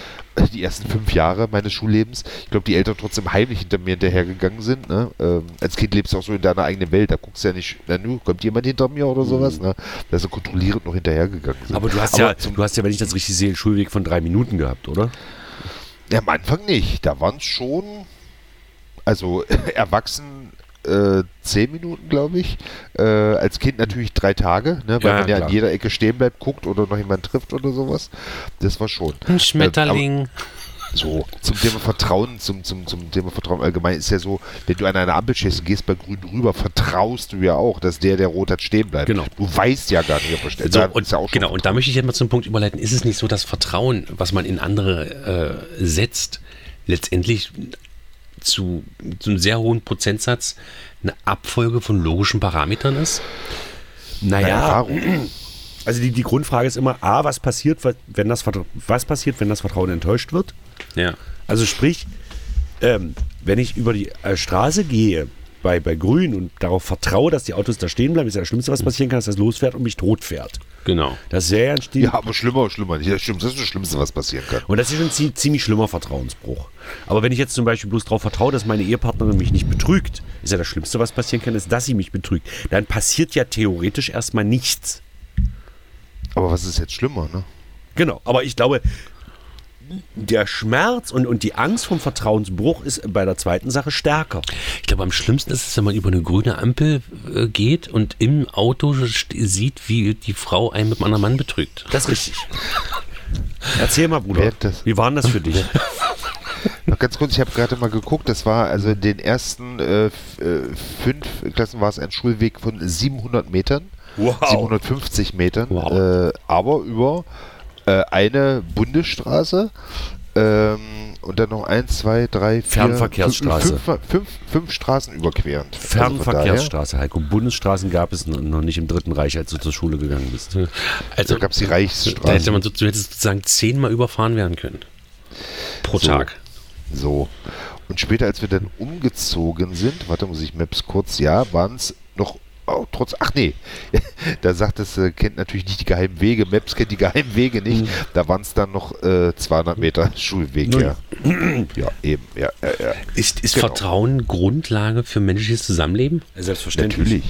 5 Jahre meines Schullebens, ich glaube, die Eltern trotzdem heimlich hinter mir hinterhergegangen sind. Ne? Als Kind lebst du auch so in deiner eigenen Welt, da guckst du ja nicht, kommt jemand hinter mir oder sowas, ne? Da ist so kontrollierend noch hinterhergegangen sind. Aber du hast ja, wenn ich das richtig sehe, einen Schulweg von 3 Minuten gehabt, oder? Ja, am Anfang nicht. Da waren es schon, also erwachsen 10 Minuten, glaube ich. Als Kind natürlich 3 Tage, ne, weil man ja an jeder Ecke stehen bleibt, guckt oder noch jemanden trifft oder sowas. Das war schon. Ein Schmetterling. So, zum Thema Vertrauen, zum Thema Vertrauen allgemein ist ja so, wenn du an einer Ampel stehst und gehst bei Grün rüber, vertraust du ja auch, dass der rot hat, stehen bleibt. Genau. Du weißt ja gar nicht, ob er steht. So, und da möchte ich jetzt mal zum Punkt überleiten, ist es nicht so, dass Vertrauen, was man in andere setzt, letztendlich zu einem sehr hohen Prozentsatz eine Abfolge von logischen Parametern ist? Naja, also die Grundfrage ist immer, was passiert, wenn das Vertrauen enttäuscht wird? Ja. Also sprich, wenn ich über die Straße gehe, bei Grün und darauf vertraue, dass die Autos da stehen bleiben, ist ja das Schlimmste, was passieren kann, dass das losfährt und mich tot fährt. Genau. Das ist ja ein Stil. Ja, aber schlimmer. Ja, stimmt, das ist das Schlimmste, was passieren kann. Und das ist ein ziemlich schlimmer Vertrauensbruch. Aber wenn ich jetzt zum Beispiel bloß darauf vertraue, dass meine Ehepartnerin mich nicht betrügt, ist ja das Schlimmste, was passieren kann, ist, dass sie mich betrügt. Dann passiert ja theoretisch erstmal nichts. Aber was ist jetzt schlimmer, ne? Genau, aber ich glaube, der Schmerz und die Angst vom Vertrauensbruch ist bei der zweiten Sache stärker. Ich glaube, am schlimmsten ist es, wenn man über eine grüne Ampel geht und im Auto sieht, wie die Frau einen mit einem anderen Mann betrügt. Das ist richtig. Erzähl mal, Bruder, wie war denn das für dich? Noch ganz kurz, ich habe gerade mal geguckt, das war also in den ersten 5 Klassen war es ein Schulweg von 700 Metern, 750 Metern, aber über eine Bundesstraße und dann noch 1, 2, 3, 4, Fernverkehrsstraße. 5 Straßen überquerend. Fernverkehrsstraße, Heiko. Bundesstraßen gab es noch nicht im Dritten Reich, als du zur Schule gegangen bist. Also da gab es die Reichsstraße. Da hätte man du hättest sozusagen 10-mal überfahren werden können. Pro Tag. So. Und später, als wir dann umgezogen sind, warte, muss ich Maps kurz, waren es noch, da sagt es, kennt natürlich nicht die geheimen Wege, Maps kennt die geheimen Wege nicht, da waren es dann noch 200 Meter Schulweg, ja. Ja, eben, ja. Ist genau. Vertrauen Grundlage für menschliches Zusammenleben? Selbstverständlich. Natürlich.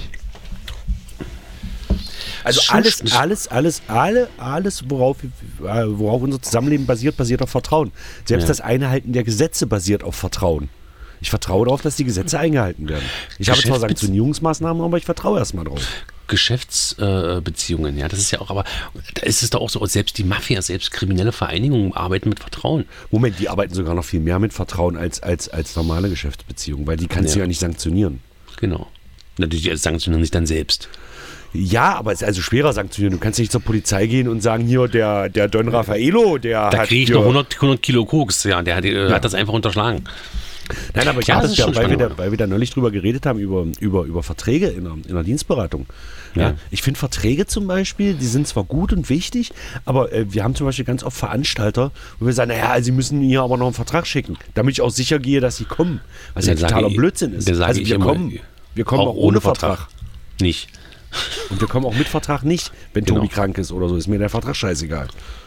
Also alles, worauf unser Zusammenleben basiert auf Vertrauen. Selbst das Einhalten der Gesetze basiert auf Vertrauen. Ich vertraue darauf, dass die Gesetze eingehalten werden. Ich habe zwar Sanktionierungsmaßnahmen, aber ich vertraue erstmal drauf. Geschäftsbeziehungen, das ist ja auch, aber da ist es doch auch so, selbst die Mafia, selbst kriminelle Vereinigungen arbeiten mit Vertrauen. Moment, die arbeiten sogar noch viel mehr mit Vertrauen als normale Geschäftsbeziehungen, weil die kannst du ja nicht sanktionieren. Genau. Natürlich sanktionieren sich dann selbst. Ja, aber es ist also schwerer sanktionieren. Du kannst nicht zur Polizei gehen und sagen, hier, der Don Raffaello, der da kriege ich noch 100 Kilo Koks, der hat das einfach unterschlagen. Nein, aber ich habe das ja, weil wir da neulich drüber geredet haben, über Verträge in der Dienstberatung. Ja. Ich finde Verträge zum Beispiel, die sind zwar gut und wichtig, aber wir haben zum Beispiel ganz oft Veranstalter, wo wir sagen, naja, sie müssen mir aber noch einen Vertrag schicken, damit ich auch sicher gehe, dass sie kommen. Was ja totaler Blödsinn ist. Also wir kommen auch ohne Vertrag. Nicht. Und wir kommen auch mit Vertrag nicht, wenn Tobi krank ist oder so. Ist mir der Vertrag scheißegal.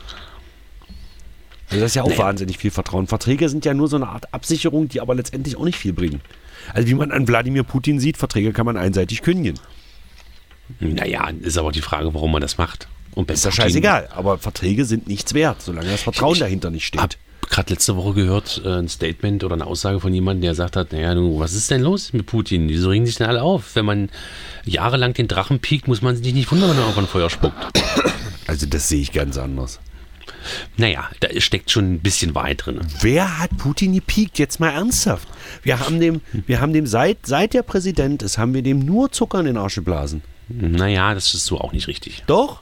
Also das ist ja auch wahnsinnig viel Vertrauen. Verträge sind ja nur so eine Art Absicherung, die aber letztendlich auch nicht viel bringen. Also wie man an Wladimir Putin sieht, Verträge kann man einseitig kündigen. Naja, ist aber die Frage, warum man das macht. Und ist ja scheißegal, aber Verträge sind nichts wert, solange das Vertrauen dahinter nicht steht. Ich habe gerade letzte Woche gehört, ein Statement oder eine Aussage von jemandem, der sagt hat, naja, was ist denn los mit Putin? Wieso regen sich denn alle auf? Wenn man jahrelang den Drachen piekt, muss man sich nicht wundern, wenn er irgendwann Feuer spuckt. Also das sehe ich ganz anders. Naja, da steckt schon ein bisschen Wahrheit drin. Wer hat Putin gepiekt? Jetzt mal ernsthaft. Wir haben dem seit der Präsident ist, haben wir dem nur Zucker in den Arsch geblasen. Naja, das ist so auch nicht richtig. Doch.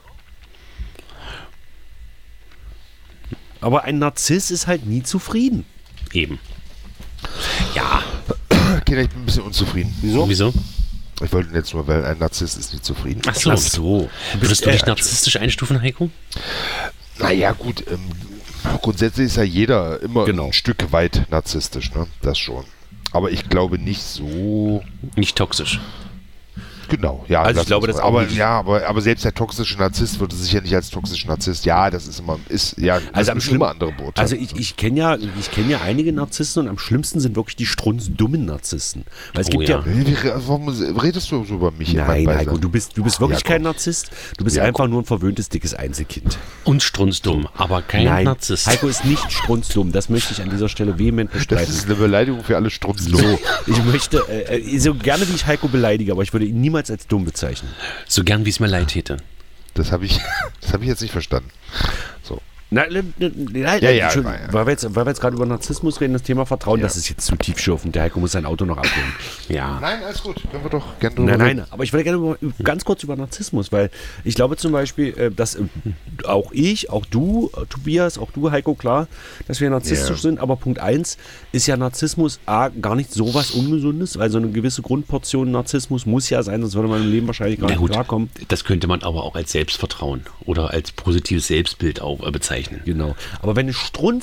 Aber ein Narziss ist halt nie zufrieden. Eben. Ja. Okay, ich bin ein bisschen unzufrieden. Wieso? Ich wollte jetzt nur, weil ein Narzisst ist nicht zufrieden. Ach so. Würdest du dich narzisstisch einstufen, Heiko? Naja, gut. Grundsätzlich ist ja jeder immer ein Stück weit narzisstisch, ne? Das schon. Aber ich glaube nicht so... Nicht toxisch. Genau, ja. Also ich glaube, das aber selbst der toxische Narzisst würde sich ja nicht als toxischer Narzisst. Ja, das ist immer, also am immer andere Boote. Also ich kenne ja einige Narzissten und am schlimmsten sind wirklich die strunzdummen Narzissten. Weil es gibt warum redest du so über mich? Nein, Heiko, du bist wirklich kein Narzisst. Du bist einfach nur ein verwöhntes, dickes Einzelkind. Und strunzdumm, aber kein Narzisst. Heiko ist nicht strunzdumm. Das möchte ich an dieser Stelle vehement bestreiten. Das ist eine Beleidigung für alle Strunzdummen. Ich möchte, so gerne wie ich Heiko beleidige, aber ich würde ihn niemals als dumm bezeichnen. So gern, wie es mir leid täte. Das habe ich jetzt nicht verstanden. So. Weil wir jetzt gerade über Narzissmus reden, das Thema Vertrauen, das ist jetzt zu tiefschürfend. Der Heiko muss sein Auto noch abholen. Ja. Nein, alles gut. Können wir doch gerne drüber reden. Nein, aber ich würde gerne ganz kurz über Narzissmus, weil ich glaube zum Beispiel, dass auch du, Tobias, auch du, Heiko, klar, dass wir narzisstisch sind, aber Punkt 1 ist ja Narzissmus gar nicht so was Ungesundes, weil so eine gewisse Grundportion Narzissmus muss ja sein, sonst würde man im Leben wahrscheinlich gar nicht klarkommen. Das könnte man aber auch als Selbstvertrauen oder als positives Selbstbild auch bezeichnen. Genau. Aber wenn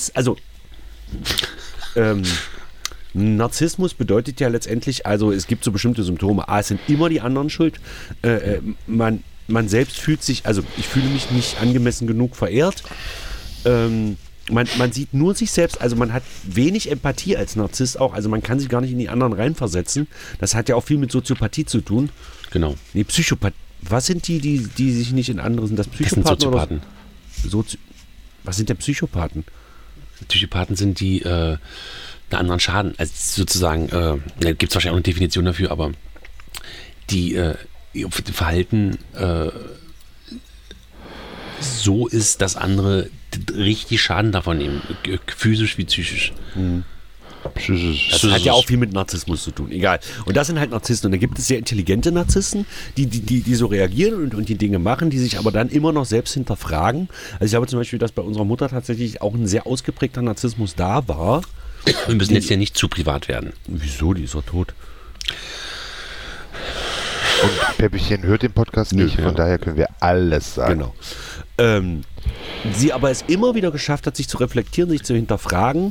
Narzissmus bedeutet ja letztendlich, also es gibt so bestimmte Symptome. Es sind immer die anderen schuld. Man selbst fühlt sich, also ich fühle mich nicht angemessen genug verehrt. Man sieht nur sich selbst, also man hat wenig Empathie als Narzisst auch, also man kann sich gar nicht in die anderen reinversetzen. Das hat ja auch viel mit Soziopathie zu tun. Genau. Nee, Psychopathie. Was sind die sich nicht in andere sind? Das Psychopathen? Das sind Soziopathen. Was sind denn Psychopathen? Psychopathen sind die einen anderen Schaden, also sozusagen, gibt es wahrscheinlich auch eine Definition dafür, aber die Verhalten so ist, dass andere richtig Schaden davon nehmen, physisch wie psychisch. Mhm. Das hat ja auch viel mit Narzissmus zu tun, egal. Und das sind halt Narzissten. Und da gibt es sehr intelligente Narzissten, die so reagieren und die Dinge machen, die sich aber dann immer noch selbst hinterfragen. Also ich glaube zum Beispiel, dass bei unserer Mutter tatsächlich auch ein sehr ausgeprägter Narzissmus da war. Wir müssen jetzt ja nicht zu privat werden. Wieso? Die ist doch tot. Und Peppchen hört den Podcast nicht, von daher können wir alles sagen. Genau. Sie aber es immer wieder geschafft hat, sich zu reflektieren, sich zu hinterfragen,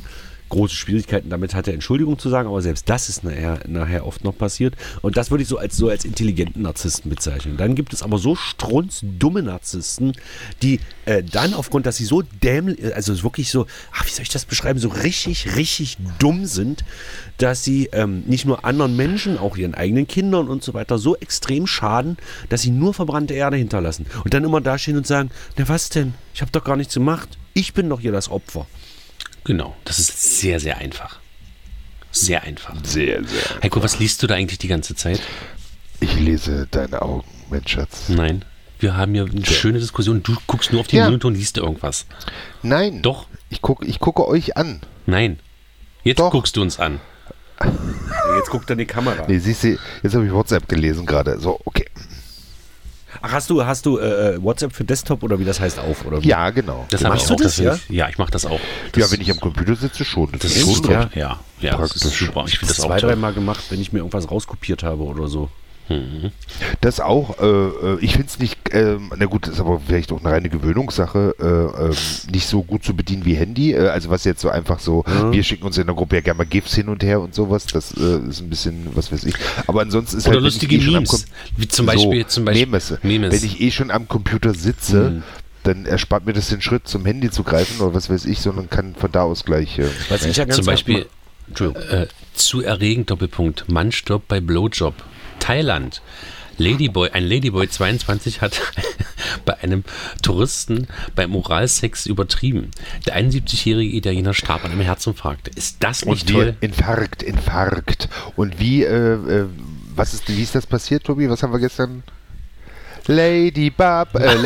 große Schwierigkeiten damit hatte, Entschuldigung zu sagen, aber selbst das ist nachher oft noch passiert. Und das würde ich so als intelligenten Narzissten bezeichnen. Dann gibt es aber so strunzdumme Narzissten, die dann aufgrund, dass sie so dämlich, also wirklich so, wie soll ich das beschreiben, so richtig, richtig dumm sind, dass sie nicht nur anderen Menschen, auch ihren eigenen Kindern und so weiter so extrem schaden, dass sie nur verbrannte Erde hinterlassen. Und dann immer dastehen und sagen, na was denn? Ich habe doch gar nichts gemacht. Ich bin doch hier das Opfer. Genau, das ist sehr, sehr einfach. Sehr einfach. Sehr, sehr. Heiko, was liest du da eigentlich die ganze Zeit? Ich lese deine Augen, mein Schatz. Nein. Wir haben hier eine schöne Diskussion. Du guckst nur auf den Monitor und liest irgendwas. Nein. Doch. Ich gucke euch an. Nein. Jetzt Doch. guckst du uns an. Jetzt guckt er in die Kamera. Nee, siehst du, jetzt habe ich WhatsApp gelesen gerade. So, okay. Ach, hast du WhatsApp für Desktop oder wie das heißt auf? Oder wie? Ja, genau. Das habe ich Machst du auch. das, ja? Ja, ich mache das auch. Ja, wenn ich am Computer sitze, schon. Das ist schon gut, recht. ja, das ist super. Ich finde das auch 2-3 Mal gemacht, wenn ich mir irgendwas rauskopiert habe oder so. Das auch, ich finde es nicht, na gut, das ist aber vielleicht auch eine reine Gewöhnungssache, nicht so gut zu bedienen wie Handy, also was jetzt so einfach so, wir schicken uns in der Gruppe ja gerne mal GIFs hin und her und sowas, das ist ein bisschen, was weiß ich, aber ansonsten ist Oder halt, lustige Memes, wie zum Beispiel Memes. Wenn ich schon am Computer sitze, dann erspart mir das den Schritt zum Handy zu greifen oder was weiß ich, sondern kann von da aus gleich... Was ich ja ganz zum Beispiel, zu erregend, Doppelpunkt, Mann stirbt bei Blowjob. Thailand. Ein Ladyboy 22 hat bei einem Touristen beim Oralsex übertrieben. Der 71-jährige Italiener starb an einem Herzinfarkt. Ist das nicht toll? Infarkt. Und wie ist das passiert, Tobi? Was haben wir gestern? Ladyboy,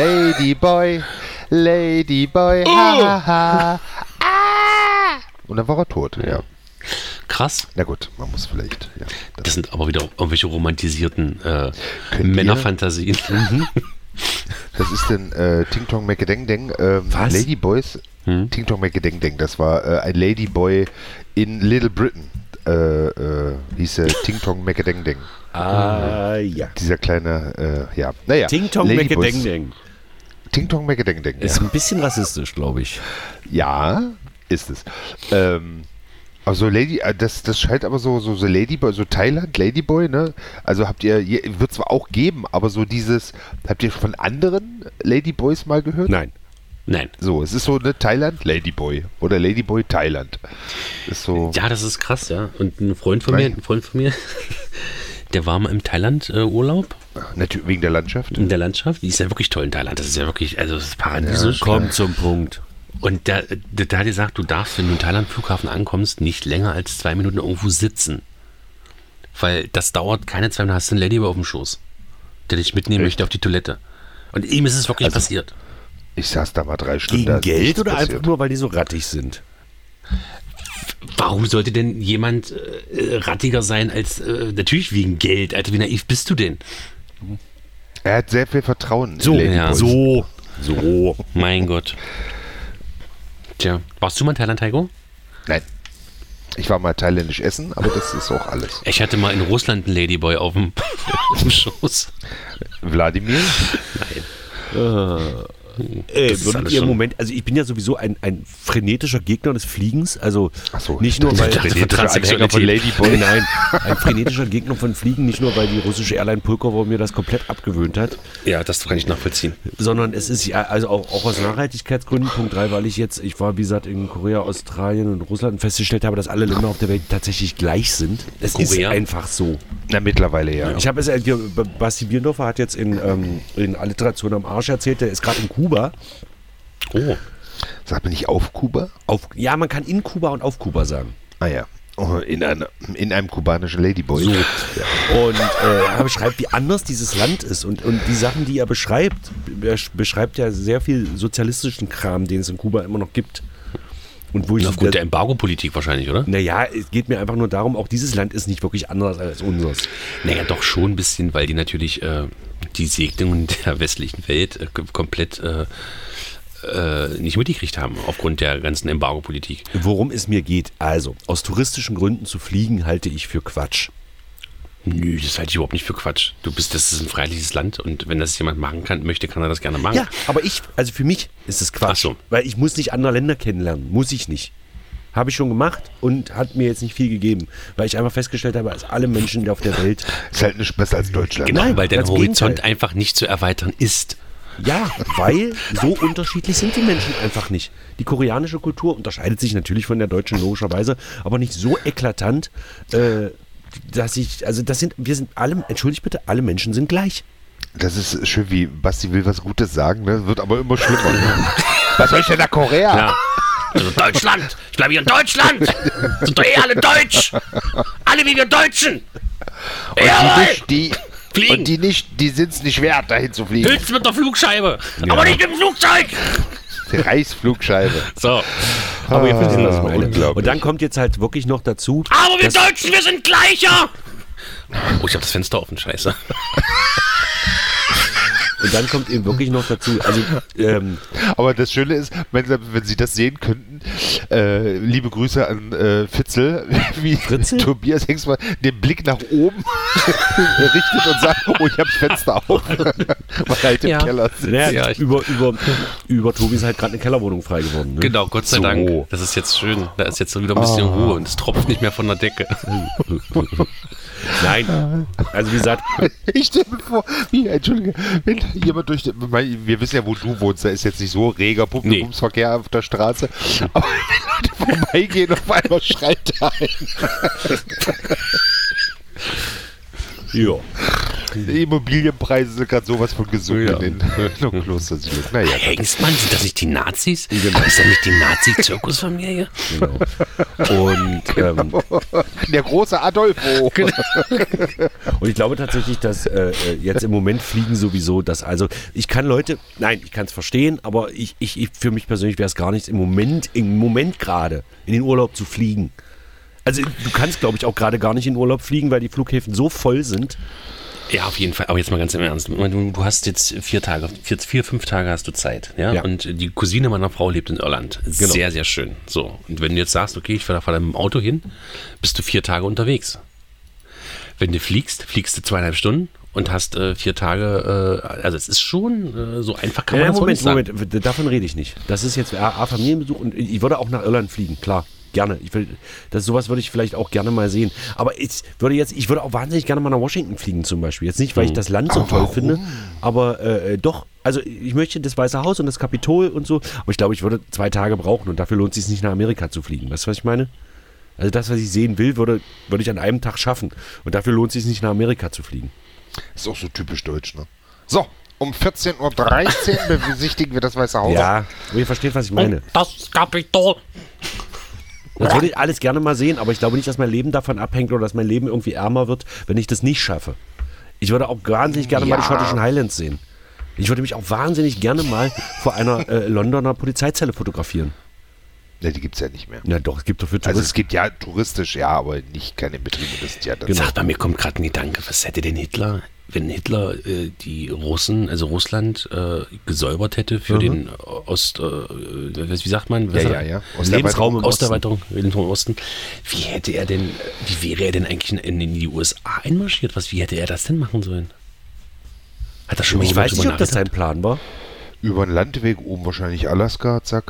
haha. Und dann war er tot, ja. Krass. Na gut, man muss vielleicht, ja. Das sind aber wieder irgendwelche romantisierten Männerfantasien. Das ist denn Ting Tong Macadeng Deng. Was? Ladyboys. Ting Tong Macadeng Deng. Das war ein Ladyboy in Little Britain. Hieß er Ting Tong Macadeng Deng. ja. Dieser kleine, ja. Naja. Ting Tong Macadeng Deng. Ting Tong Macadeng Deng. Ist ein bisschen rassistisch, glaube ich. Ja, ist es. Also das scheint aber so Ladyboy, so Thailand, Ladyboy, ne? Also wird zwar auch geben, aber so habt ihr von anderen Ladyboys mal gehört? Nein. So, es ist so eine Thailand Ladyboy oder Ladyboy Thailand. Ist so. Ja, das ist krass, ja. Und ein Freund von mir, der war mal im Thailand Urlaub. Natürlich wegen der Landschaft. In der Landschaft, die ist ja wirklich toll in Thailand. Das ist ja wirklich, also das ist paradiesisch. Ja, kommt zum Punkt. Und der hat gesagt, du darfst, wenn du im Thailand-Flughafen ankommst, nicht länger als 2 Minuten irgendwo sitzen. Weil das dauert keine 2 Minuten, hast du einen Ladyboy auf dem Schoß, der dich mitnehmen möchte auf die Toilette. Und ihm ist es wirklich passiert. Ich saß da mal 3 Stunden. Gegen Geld oder einfach nur, weil die so rattig sind? Warum sollte denn jemand rattiger sein als, natürlich wegen Geld? Alter, wie naiv bist du denn? Er hat sehr viel Vertrauen. So, in Ladyboys. So. Mein Gott. Tja, warst du mal in Thailand, Heiko? Nein. Ich war mal thailändisch essen, aber das ist auch alles. Ich hatte mal in Russland einen Ladyboy auf dem Schoß. Wladimir? Nein. Würdet ihr im Moment, also ich bin ja sowieso ein frenetischer Gegner des Fliegens, also nicht nur weil Anhänger von Ladyboy. Nein, ein frenetischer Gegner von Fliegen, nicht nur weil die russische Airline Pulkovo mir das komplett abgewöhnt hat. Ja, das kann ich nachvollziehen. Sondern es ist ja, also auch aus Nachhaltigkeitsgründen, Punkt 3, weil ich war, wie gesagt, in Korea, Australien und Russland festgestellt habe, dass alle Länder auf der Welt tatsächlich gleich sind. Es ist einfach so. Na, mittlerweile ja. Ich habe es, Basti Bierendorfer hat jetzt in Alliteration am Arsch erzählt, der ist gerade in Kuba. Oh. Sagt man nicht auf Kuba? Ja, man kann in Kuba und auf Kuba sagen. Ah ja. Oh, in einem kubanischen Ladyboy. So. Ja. Und er beschreibt, wie anders dieses Land ist. Und die Sachen, die er beschreibt ja sehr viel sozialistischen Kram, den es in Kuba immer noch gibt. Und wo aufgrund der Embargo-Politik wahrscheinlich, oder? Naja, es geht mir einfach nur darum, auch dieses Land ist nicht wirklich anders als unseres. Naja, doch schon ein bisschen, weil die natürlich die Segnungen der westlichen Welt komplett nicht mitgekriegt haben, aufgrund der ganzen Embargo-Politik. Worum es mir geht, also, aus touristischen Gründen zu fliegen, halte ich für Quatsch. Nö, das halte ich überhaupt nicht für Quatsch. Das ist ein freiheitliches Land und wenn das jemand machen möchte, kann er das gerne machen. Ja, aber für mich ist es Quatsch. Ach so. Weil ich muss nicht andere Länder kennenlernen. Muss ich nicht. Habe ich schon gemacht und hat mir jetzt nicht viel gegeben, weil ich einfach festgestellt habe, dass alle Menschen auf der Welt... Ist halt nicht besser als Deutschland. Genau, weil der Horizont einfach nicht zu erweitern ist. Ja, weil so unterschiedlich sind die Menschen einfach nicht. Die koreanische Kultur unterscheidet sich natürlich von der deutschen logischerweise, aber nicht so eklatant, dass wir sind alle, entschuldigt bitte, alle Menschen sind gleich. Das ist schön, wie Basti will was Gutes sagen, ne? Wird aber immer schlimmer. Ne? Was soll ich denn nach Korea? Ja. Also Deutschland! Ich bleibe hier in Deutschland! Sind doch alle deutsch! Alle wie wir Deutschen! Und die Fliegen! Und die sind es nicht wert, dahin zu fliegen. Hilf's mit der Flugscheibe! Ja. Aber nicht im Flugzeug! Die Reichsflugscheibe. So. Aber ihr versteht, was ich meine. Und dann kommt jetzt halt wirklich noch dazu... Aber wir Deutschen, wir sind gleicher! Oh, ich hab das Fenster offen, scheiße. Und dann kommt eben wirklich noch dazu, also aber das Schöne ist, wenn Sie das sehen könnten, liebe Grüße an Fitzel, wie Tobias Hengstmann den Blick nach oben richtet und sagt, oh, ich habe das Fenster auf, weil halt im Keller sitzt. Ja, über Tobi ist halt gerade eine Kellerwohnung frei geworden. Ne? Genau, Gott sei Dank. Das ist jetzt schön. Da ist jetzt wieder ein bisschen Ruhe und es tropft nicht mehr von der Decke. Nein, also wie gesagt... Ich stelle mir vor, Entschuldige, wenn jemand wir wissen ja, wo du wohnst, da ist jetzt nicht so reger Publikumsverkehr auf der Straße, aber wenn Leute vorbeigehen und auf einmal schreit da ein. Ja. Die Immobilienpreise sind gerade sowas von gesunken in der Klostersiedlung. Naja, Hengstmann, sind das nicht die Nazis? Genau. Ist das nicht die Nazi-Zirkusfamilie? Genau. Und der große Adolfo. Und ich glaube tatsächlich, dass jetzt im Moment fliegen sowieso, ich kann es verstehen, aber ich für mich persönlich wäre es gar nichts im Moment gerade in den Urlaub zu fliegen. Also du kannst, glaube ich, auch gerade gar nicht in Urlaub fliegen, weil die Flughäfen so voll sind. Ja, auf jeden Fall. Aber jetzt mal ganz im Ernst. Du hast jetzt 4 Tage, 5 Tage hast du Zeit. Ja? Und die Cousine meiner Frau lebt in Irland. Genau. Sehr, sehr schön. So. Und wenn du jetzt sagst, okay, ich fahre da mit dem Auto hin, bist du 4 Tage unterwegs. Wenn du fliegst du 2,5 Stunden und hast 4 Tage, also es ist schon so einfach, kann man das nicht sagen. Moment, davon rede ich nicht. Das ist jetzt Familienbesuch und ich würde auch nach Irland fliegen, klar. Gerne. Sowas würde ich vielleicht auch gerne mal sehen. Aber ich würde auch wahnsinnig gerne mal nach Washington fliegen zum Beispiel. Jetzt nicht, weil ich das Land so toll finde, aber doch. Also ich möchte das Weiße Haus und das Kapitol und so, aber ich glaube, ich würde 2 Tage brauchen und dafür lohnt es sich nicht nach Amerika zu fliegen. Weißt du, was ich meine? Also das, was ich sehen will, würde ich an einem Tag schaffen und dafür lohnt es sich nicht nach Amerika zu fliegen. Ist auch so typisch deutsch, ne? So, um 14.13 Uhr besichtigen wir das Weiße Haus. Ja, aber ihr versteht, was ich meine. Und das Kapitol. Das würde ich alles gerne mal sehen, aber ich glaube nicht, dass mein Leben davon abhängt oder dass mein Leben irgendwie ärmer wird, wenn ich das nicht schaffe. Ich würde auch wahnsinnig gerne mal die schottischen Highlands sehen. Ich würde mich auch wahnsinnig gerne mal vor einer Londoner Polizeizelle fotografieren. Ne, die gibt es ja nicht mehr. Ja doch, es gibt doch für Touristen. Also es gibt ja touristisch, ja, aber nicht keine Betriebe. Das ist ja das. Genau. Bei mir kommt gerade ein Gedanke, was hätte denn Hitler, wenn Hitler die Russen, also Russland, gesäubert hätte für den wie sagt man? Ja. Lebensraum im Osterweiterung im Osten. Wie wäre er denn eigentlich in die USA einmarschiert? Wie hätte er das denn machen sollen? Hat das schon mal Ich weiß nicht, ob das sein Plan war. Über einen Landweg oben wahrscheinlich Alaska, zack.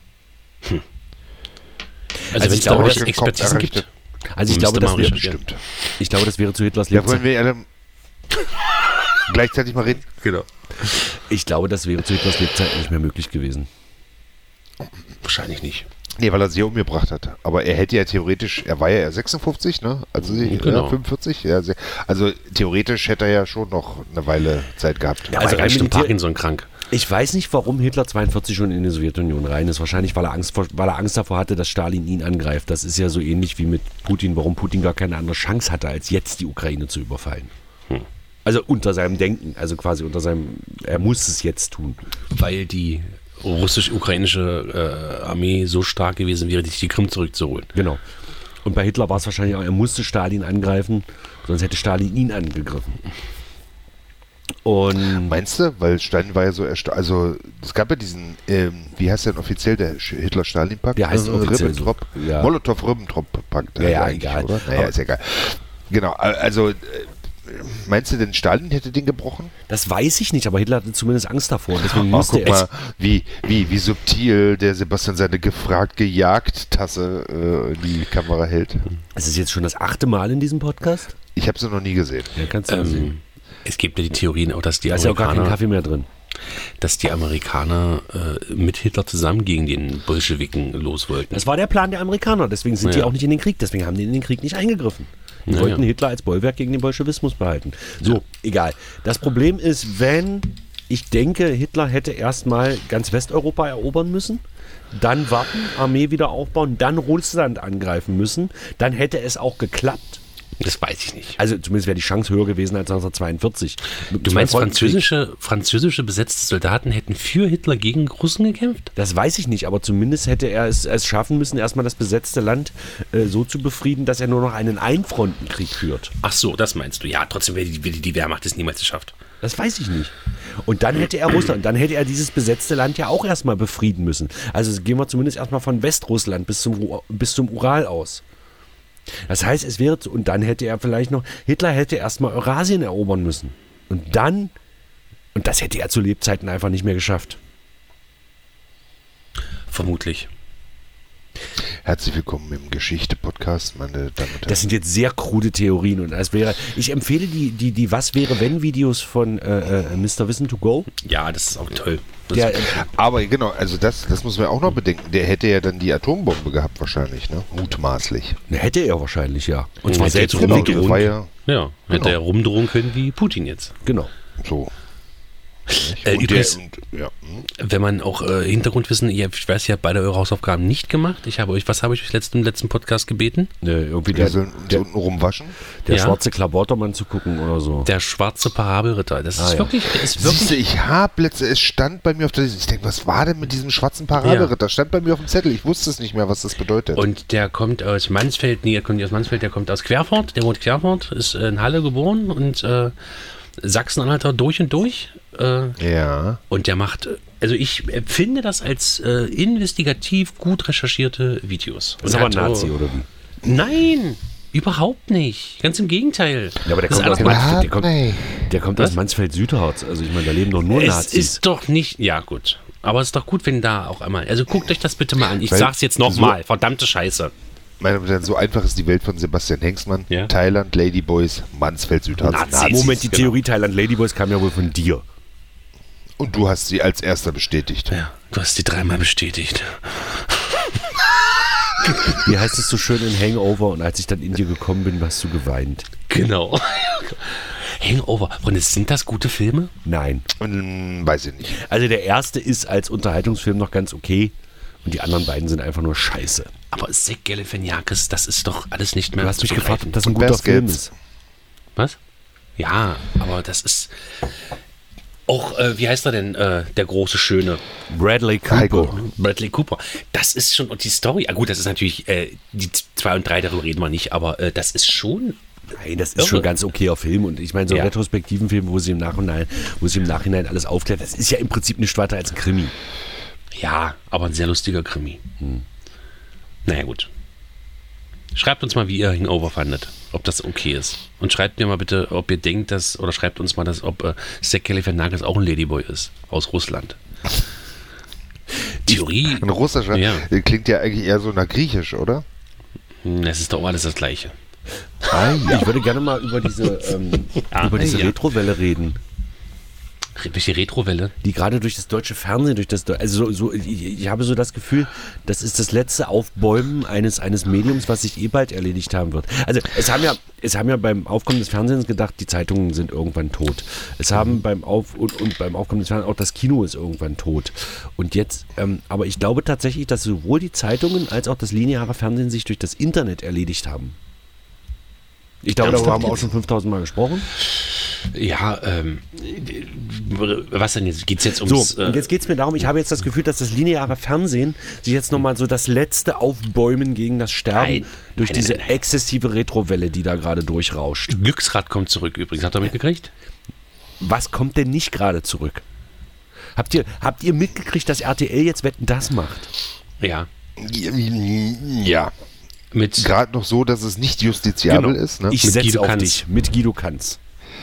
Also wenn es da welche Expertisen gibt. Also ich glaube, das wäre bestimmt. Ich glaube, das wäre zu Hitlers Lebzeit. Ja, wollen wir alle gleichzeitig mal reden? Genau. Ich glaube, das wäre zu Hitlers Lebzeit nicht mehr möglich gewesen. Wahrscheinlich nicht. Nee, weil er sie ja umgebracht hat. Aber er hätte ja theoretisch, er war ja 56, ne? Also 45. Ja, also theoretisch hätte er ja schon noch eine Weile Zeit gehabt. Ja, also rein Parkinson krank. Ich weiß nicht, warum Hitler 42 schon in die Sowjetunion rein ist. Wahrscheinlich, weil er Angst davor hatte, dass Stalin ihn angreift. Das ist ja so ähnlich wie mit Putin, warum Putin gar keine andere Chance hatte, als jetzt die Ukraine zu überfallen. Also unter seinem Denken, also quasi er muss es jetzt tun. Weil die russisch-ukrainische Armee so stark gewesen wäre, die Krim zurückzuholen. Genau. Und bei Hitler war es wahrscheinlich auch, er musste Stalin angreifen, sonst hätte Stalin ihn angegriffen. Und meinst du? Weil Stalin war ja so also es gab ja diesen, wie heißt der denn offiziell, der Hitler-Stalin-Pakt? Der heißt offiziell so. Molotow-Ribbentrop-Pakt. Ja, egal. Oder? Naja, ist egal. Genau, also meinst du denn, Stalin hätte den gebrochen? Das weiß ich nicht, aber Hitler hatte zumindest Angst davor. Deswegen musste guck mal, wie subtil der Sebastian seine Gefragt-Gejagt-Tasse in die Kamera hält. Es ist jetzt schon das 8. Mal in diesem Podcast. Ich habe sie noch nie gesehen. Ja, kannst du sehen. Es gibt ja die Theorien auch, dass die Da ist ja auch gar kein Kaffee mehr drin. Dass die Amerikaner mit Hitler zusammen gegen den Bolschewiken los wollten. Das war der Plan der Amerikaner, deswegen sind die auch nicht in den Krieg, deswegen haben die in den Krieg nicht eingegriffen. Die wollten Hitler als Bollwerk gegen den Bolschewismus behalten. So, egal. Das Problem ist, ich denke, Hitler hätte erstmal ganz Westeuropa erobern müssen, dann warten, Armee wieder aufbauen, dann Russland angreifen müssen, dann hätte es auch geklappt. Das weiß ich nicht. Also zumindest wäre die Chance höher gewesen als 1942. Du meinst, französische besetzte Soldaten hätten für Hitler gegen Russen gekämpft? Das weiß ich nicht, aber zumindest hätte er es schaffen müssen, erstmal das besetzte Land so zu befrieden, dass er nur noch einen Einfrontenkrieg führt. Ach so, das meinst du. Ja, trotzdem hätte die Wehrmacht es niemals geschafft. Das weiß ich nicht. Und dann hätte er Russland, dann hätte er dieses besetzte Land ja auch erstmal befrieden müssen. Also gehen wir zumindest erstmal von Westrussland bis zum Ural aus. Das heißt, und dann hätte er vielleicht noch, Hitler hätte erstmal Eurasien erobern müssen. Und das hätte er zu Lebzeiten einfach nicht mehr geschafft. Vermutlich. Herzlich willkommen im Geschichte-Podcast, meine Damen und Herren. Das sind jetzt sehr krude Theorien und ich empfehle die Was-wäre-wenn-Videos von Mr. Wissen to Go. Ja, das ist auch toll. Aber genau, also das muss man auch noch bedenken. Der hätte ja dann die Atombombe gehabt wahrscheinlich, ne? Mutmaßlich. Hätte er wahrscheinlich, ja. Und zwar selbst rumgedroht. Hätte er rumdrohen können wie Putin jetzt. Genau. So. Übrigens, wenn man auch Hintergrundwissen, ich weiß, ihr habt beide eure Hausaufgaben nicht gemacht. Was habe ich euch im letzten Podcast gebeten? Irgendwie der unten rumwaschen. Der schwarze Klabautermann zu gucken oder so. Der schwarze Parabelritter. Das ist wirklich. Siehste, es stand bei mir auf der Liste. Ich denke, was war denn mit diesem schwarzen Parabelritter? Stand bei mir auf dem Zettel. Ich wusste es nicht mehr, was das bedeutet. Und der kommt aus Mansfeld. Nee, er kommt nicht aus Mansfeld, der kommt aus Querfurt. Der wohnt Querfurt, ist in Halle geboren und Sachsen-Anhalter durch und durch. Und der macht, also ich empfinde das als investigativ gut recherchierte Videos. Das ist aber ein Nazi, oder wie? Nein, überhaupt nicht. Ganz im Gegenteil. Ja, aber der kommt aus Mansfeld-Südharz. Also ich meine, da leben doch nur Nazis. Es ist doch nicht, ja gut. Aber es ist doch gut, wenn da auch einmal, also guckt euch das bitte mal an. Ich sag's jetzt nochmal, verdammte Scheiße. So einfach ist die Welt von Sebastian Hengstmann. Ja? Thailand, Ladyboys, Mansfeld, Südharz. Moment, die Theorie Thailand, Ladyboys kam ja wohl von dir. Und du hast sie als erster bestätigt. Ja, du hast sie 3-mal bestätigt. Wie heißt es so schön in Hangover? Und als ich dann in dir gekommen bin, hast du geweint. Genau. Hangover. Und sind das gute Filme? Nein. Weiß ich nicht. Also der erste ist als Unterhaltungsfilm noch ganz okay. Und die anderen beiden sind einfach nur scheiße. Aber Zach Galifianakis, das ist doch alles nicht mehr. Du hast mich gefragt, ob das ein guter Film ist. Was? Ja, aber das ist auch, wie heißt er denn, der große Schöne? Bradley Cooper. Das ist schon, und die Story, gut, das ist natürlich, die 2 und 3, darüber reden wir nicht, aber das ist schon... Nein, das ist schon ganz okayer Film. Und ich meine, so einen retrospektiven Film, wo sie im Nachhinein alles aufklärt, das ist ja im Prinzip nicht weiter als ein Krimi. Ja, aber ein sehr lustiger Krimi. Naja, gut. Schreibt uns mal, wie ihr Hangover fandet. Ob das okay ist. Und schreibt mir mal bitte, ob ihr denkt, oder schreibt uns mal, ob Zach Galifianakis auch ein Ladyboy ist. Aus Russland. Theorie. Ein russischer? Ja. Klingt ja eigentlich eher so nach Griechisch, oder? Es ist doch alles das Gleiche. Ich würde gerne mal über diese Retrowelle reden. Welche Retrowelle? Die gerade durch das deutsche Fernsehen, ich habe so das Gefühl, das ist das letzte Aufbäumen eines Mediums, was sich bald erledigt haben wird. Also es haben ja beim Aufkommen des Fernsehens gedacht, die Zeitungen sind irgendwann tot. Es haben beim Aufkommen des Fernsehens auch das Kino ist irgendwann tot. Und jetzt, aber ich glaube tatsächlich, dass sowohl die Zeitungen als auch das lineare Fernsehen sich durch das Internet erledigt haben. Ich glaube, darüber haben wir auch schon 5000 Mal gesprochen. Ja, was denn jetzt? Geht es jetzt ums... So, und jetzt geht es mir darum, ich habe jetzt das Gefühl, dass das lineare Fernsehen sich jetzt nochmal so das letzte Aufbäumen gegen das Sterben durch diese exzessive Retrowelle, die da gerade durchrauscht. Glücksrad kommt zurück übrigens. Habt ihr mitgekriegt? Was kommt denn nicht gerade zurück? Habt ihr mitgekriegt, dass RTL jetzt Wetten, das macht? Ja. Ja. Gerade noch so, dass es nicht justiziabel ist. Ne? Ich setze auf dich mit Guido Kanz.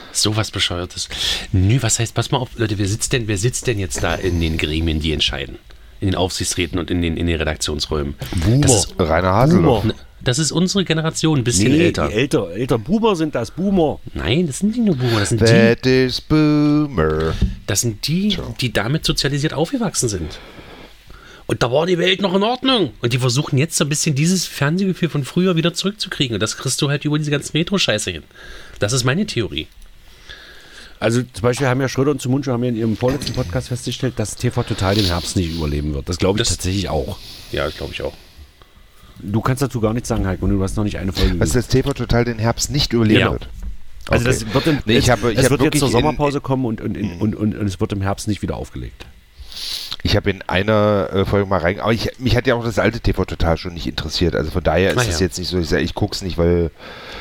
So was Bescheuertes. Nö, was heißt, pass mal auf, Leute, wer sitzt denn jetzt da in den Gremien, die entscheiden? In den Aufsichtsräten und in den Redaktionsräumen? Boomer. Rainer Haseloff. Das ist unsere Generation, ein bisschen älter. Die älter Boomer sind das, Boomer. Nein, das sind nicht nur Boomer, das sind That is Boomer. Das sind die damit sozialisiert aufgewachsen sind. Und da war die Welt noch in Ordnung. Und die versuchen jetzt so ein bisschen dieses Fernsehgefühl von früher wieder zurückzukriegen. Und das kriegst du halt über diese ganzen Retro-Scheiße hin. Das ist meine Theorie. Also zum Beispiel haben ja Schröder und Sumuncu haben ja in ihrem vorletzten Podcast festgestellt, dass TV Total den Herbst nicht überleben wird. Das glaube ich tatsächlich auch. Ja, das glaube ich auch. Du kannst dazu gar nichts sagen, Heiko, du hast noch nicht eine Folge gesehen. Also das TV Total den Herbst nicht überleben wird. Also Okay. das wird, Nee, ich hab es wird jetzt zur wirklich Sommerpause kommen und es wird im Herbst nicht wieder aufgelegt. Ich habe in einer Folge mal rein, aber mich hat ja auch das alte TV Total schon nicht interessiert. Also von daher ist es jetzt nicht so, ich sage, ich gucke es nicht, weil,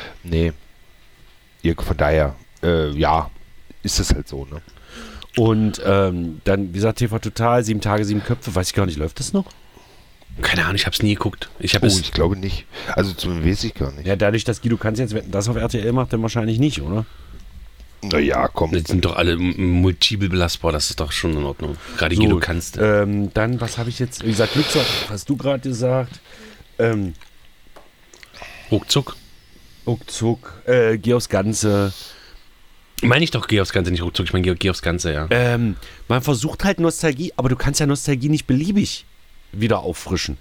von daher, ist es halt so, ne? Und dann, wie gesagt, TV Total, 7 Tage, 7 Köpfe, weiß ich gar nicht, läuft das noch? Keine Ahnung, ich habe es nie geguckt. Ich glaube nicht. Also zumindest weiß ich gar nicht. Ja, dadurch, dass Guido Kanz jetzt das auf RTL macht, dann wahrscheinlich nicht, oder? Naja, komm. Die sind doch alle multiple belastbar, das ist doch schon in Ordnung. Gerade So, Guido kannst. Dann, was habe ich jetzt, wie gesagt, Glückssache, hast du gerade gesagt. Ruckzuck. Geh aufs Ganze. Meine ich doch, geh aufs Ganze, nicht ruckzuck. Ich meine, geh aufs Ganze, ja. Man versucht halt Nostalgie, aber du kannst ja Nostalgie nicht beliebig wieder auffrischen.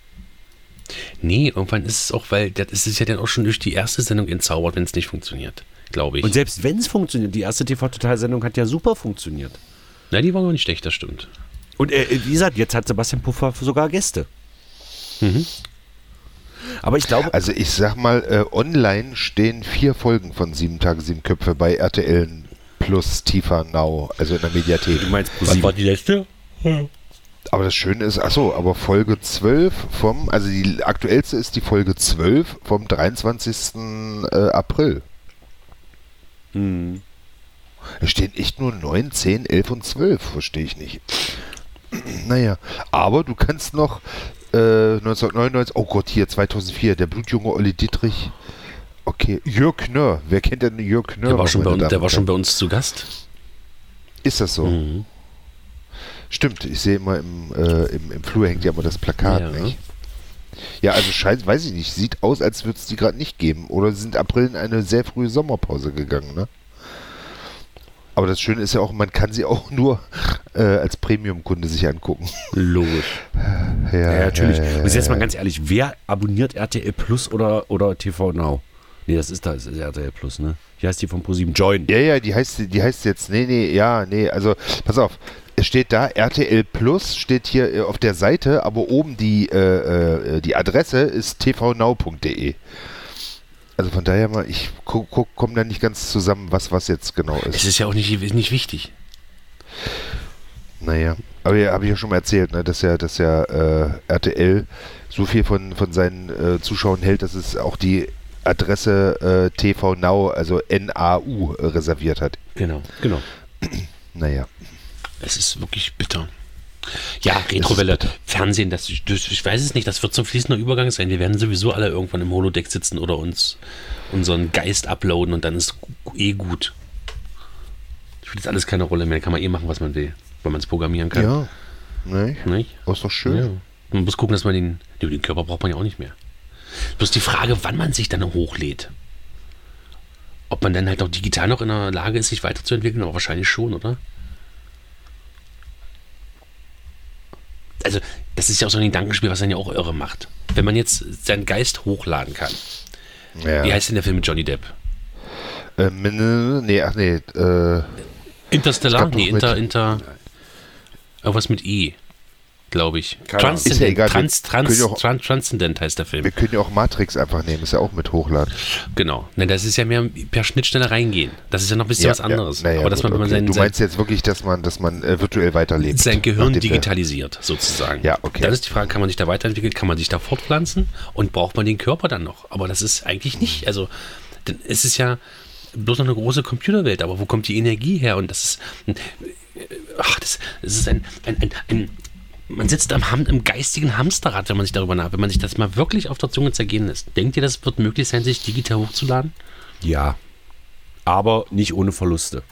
Nee, irgendwann ist es auch, weil das ist ja dann auch schon durch die erste Sendung entzaubert, wenn es nicht funktioniert, glaube ich. Und selbst wenn es funktioniert, die erste TV-Total-Sendung hat ja super funktioniert. Na, die war gar nicht schlecht, das stimmt. Und wie gesagt, jetzt hat Sebastian Puffer sogar Gäste. Mhm. Aber ich glaube... Also ich sag mal, online stehen 4 Folgen von 7 Tage, 7 Köpfe bei RTL Plus TV Now, also in der Mediathek. Du meinst Was war die letzte? Aber das Schöne ist, aber Folge 12 also die aktuellste ist die Folge 12 vom 23. April. Hm. Da stehen echt nur 9, 10, 11 und 12, verstehe ich nicht. Naja, aber du kannst noch 1999, oh Gott, hier 2004, der blutjunge Olli Dittrich. Okay, Jörg Knörr, wer kennt denn Jörg Knörr? Der war schon bei uns zu Gast. Ist das so? Mhm. Stimmt, ich sehe immer im Flur hängt ja immer das Plakat, nicht? Ja, also weiß ich nicht, sieht aus, als würde es die gerade nicht geben. Oder sie sind April in eine sehr frühe Sommerpause gegangen, ne? Aber das Schöne ist ja auch, man kann sie auch nur als Premium-Kunde sich angucken. Logisch. Ja, natürlich. Und jetzt mal ganz ehrlich, wer abonniert RTL Plus oder TV Now? Nee, das ist RTL Plus, ne? Wie heißt die von ProSieben? Join. Ja, die heißt jetzt, also pass auf, es steht da, RTL Plus steht hier auf der Seite, aber oben die Adresse ist tvnow.de. Also von daher mal, ich komme da nicht ganz zusammen, was jetzt genau ist. Es ist ja auch nicht wichtig. Naja, aber ja, habe ich ja schon mal erzählt, ne, dass ja RTL so viel von seinen Zuschauern hält, dass es auch die Adresse TV Now, also NAU, reserviert hat. Genau. Naja. Es ist wirklich bitter. Ja, Retrowelle, Fernsehen, ich weiß es nicht, das wird so ein fließender Übergang sein. Wir werden sowieso alle irgendwann im Holodeck sitzen oder uns unseren Geist uploaden und dann ist gut. Spielt jetzt alles keine Rolle mehr, kann man machen, was man will, weil man es programmieren kann. Ja, nicht? Das ist doch schön. Ja. Man muss gucken, dass man den Körper braucht man ja auch nicht mehr. Bloß die Frage, wann man sich dann hochlädt. Ob man dann halt auch digital noch in der Lage ist, sich weiterzuentwickeln, aber wahrscheinlich schon, oder? Also, das ist ja auch so ein Gedankenspiel, was dann ja auch irre macht. Wenn man jetzt seinen Geist hochladen kann. Ja. Wie heißt denn der Film mit Johnny Depp? Interstellar? Nee, irgendwas mit E, glaube ich. Transcendent heißt der Film. Wir können ja auch Matrix einfach nehmen, ist ja auch mit hochladen. Genau. Ne, das ist ja mehr per Schnittstelle reingehen. Das ist ja noch ein bisschen was anderes. Ja. Aber dass man, wenn man du meinst jetzt wirklich, dass man virtuell weiterlebt? Sein Gehirn digitalisiert, sozusagen. Ja, okay. Dann ist die Frage, kann man sich da weiterentwickeln, kann man sich da fortpflanzen und braucht man den Körper dann noch? Aber das ist eigentlich nicht. Also, es ist ja bloß noch eine große Computerwelt, aber wo kommt die Energie her? Und das ist man sitzt im geistigen Hamsterrad, wenn man sich das mal wirklich auf der Zunge zergehen lässt. Denkt ihr, das wird möglich sein, sich digital hochzuladen? Ja. aber nicht ohne Verluste.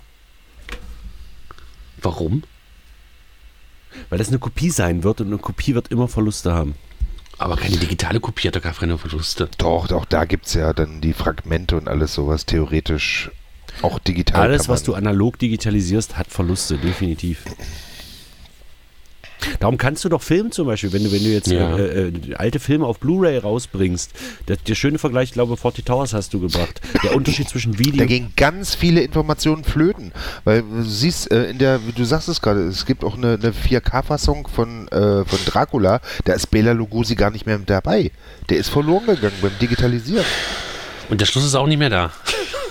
Warum? Weil das eine Kopie sein wird und eine Kopie wird immer Verluste haben. Aber keine digitale Kopie hat doch gar keine Verluste. Doch, auch da gibt es ja dann die Fragmente und alles sowas theoretisch auch digital. Alles, was du analog digitalisierst, hat Verluste, definitiv. Darum kannst du doch filmen zum Beispiel, wenn du jetzt alte Filme auf Blu-ray rausbringst. Der schöne Vergleich, ich glaube, 40 Towers hast du gebracht. Der Unterschied zwischen Video... Da gehen ganz viele Informationen flöten. Weil du siehst, wie du sagst es gerade, es gibt auch eine 4K-Fassung von Dracula, da ist Bela Lugosi gar nicht mehr mit dabei. Der ist verloren gegangen beim Digitalisieren. Und der Schluss ist auch nicht mehr da.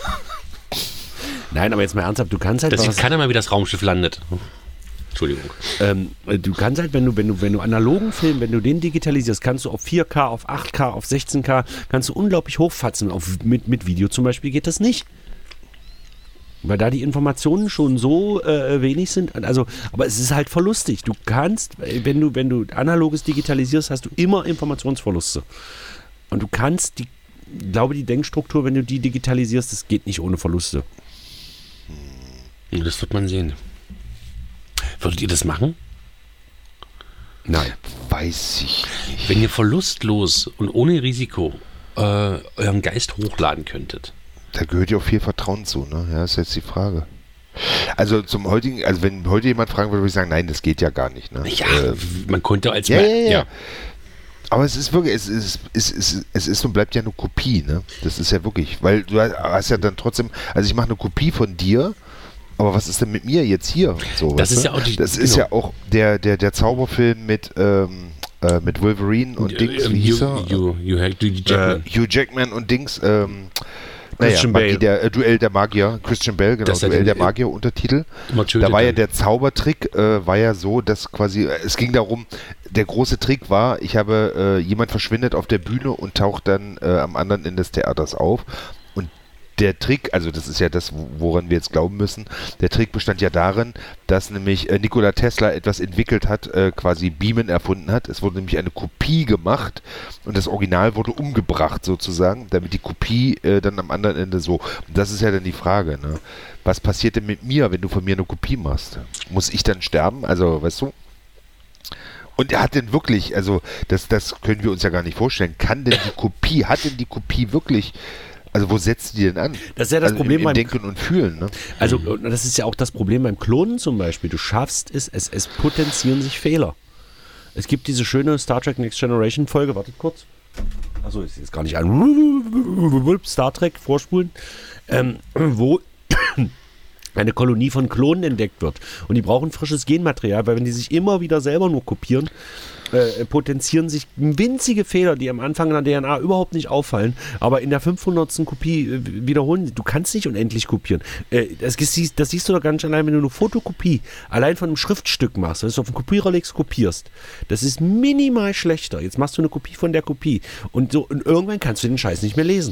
Nein, aber jetzt mal ernsthaft, du kannst halt... Das sieht keiner mal, wie das Raumschiff landet. Entschuldigung. Du kannst halt, wenn du analogen Film, wenn du den digitalisierst, kannst du auf 4K, auf 8K, auf 16K, kannst du unglaublich hochfatzen. Mit Video zum Beispiel geht das nicht. Weil da die Informationen schon so wenig sind. Also, aber es ist halt verlustig. Du kannst, wenn du analoges digitalisierst, hast du immer Informationsverluste. Und du kannst die Denkstruktur, wenn du die digitalisierst, das geht nicht ohne Verluste. Das wird man sehen. Würdet ihr das machen? Nein. Weiß ich nicht. Wenn ihr verlustlos und ohne Risiko euren Geist hochladen könntet. Da gehört ja auch viel Vertrauen zu, ne? Ja, ist jetzt die Frage. Also wenn heute jemand fragen würde ich sagen, nein, das geht ja gar nicht, ne? Ja, man konnte als... Ja. Aber es ist wirklich, es ist und bleibt ja eine Kopie, ne? Das ist ja wirklich, weil du hast ja dann trotzdem, also ich mache eine Kopie von dir, aber was ist denn mit mir jetzt hier? So, das ist ja auch ist ja auch der Zauberfilm mit Wolverine und Dings, wie hieß er? Hugh Jackman und Dings, Christian Bale. Der Duell der Magier, Christian Bale, genau, Duell der Magier Untertitel. Da war ja der Zaubertrick, war ja so, dass quasi, es ging darum, der große Trick war, jemand verschwindet auf der Bühne und taucht dann am anderen Ende des Theaters auf. Der Trick, also das ist ja das, woran wir jetzt glauben müssen, der Trick bestand ja darin, dass nämlich Nikola Tesla etwas entwickelt hat, quasi Beamen erfunden hat. Es wurde nämlich eine Kopie gemacht und das Original wurde umgebracht sozusagen, damit die Kopie dann am anderen Ende so. Und das ist ja dann die Frage, ne? Was passiert denn mit mir, wenn du von mir eine Kopie machst? Muss ich dann sterben? Also, weißt du? Und er hat denn wirklich, also das können wir uns ja gar nicht vorstellen, hat denn die Kopie wirklich... Also wo setzt die denn an? Das ist ja das Problem beim Denken und Fühlen, ne? Also das ist ja auch das Problem beim Klonen zum Beispiel. Du schaffst es potenzieren sich Fehler. Es gibt diese schöne Star Trek Next Generation Folge, wartet kurz. Achso, ist jetzt gar nicht an. Star Trek, vorspulen. Wo eine Kolonie von Klonen entdeckt wird. Und die brauchen frisches Genmaterial, weil wenn die sich immer wieder selber nur kopieren, potenzieren sich winzige Fehler, die am Anfang in der DNA überhaupt nicht auffallen, aber in der 500. Kopie wiederholen. Du kannst nicht unendlich kopieren. Das siehst du doch ganz allein, wenn du eine Fotokopie allein von einem Schriftstück machst, wenn du es auf den Kopierer legst, kopierst. Das ist minimal schlechter. Jetzt machst du eine Kopie von der Kopie und irgendwann kannst du den Scheiß nicht mehr lesen.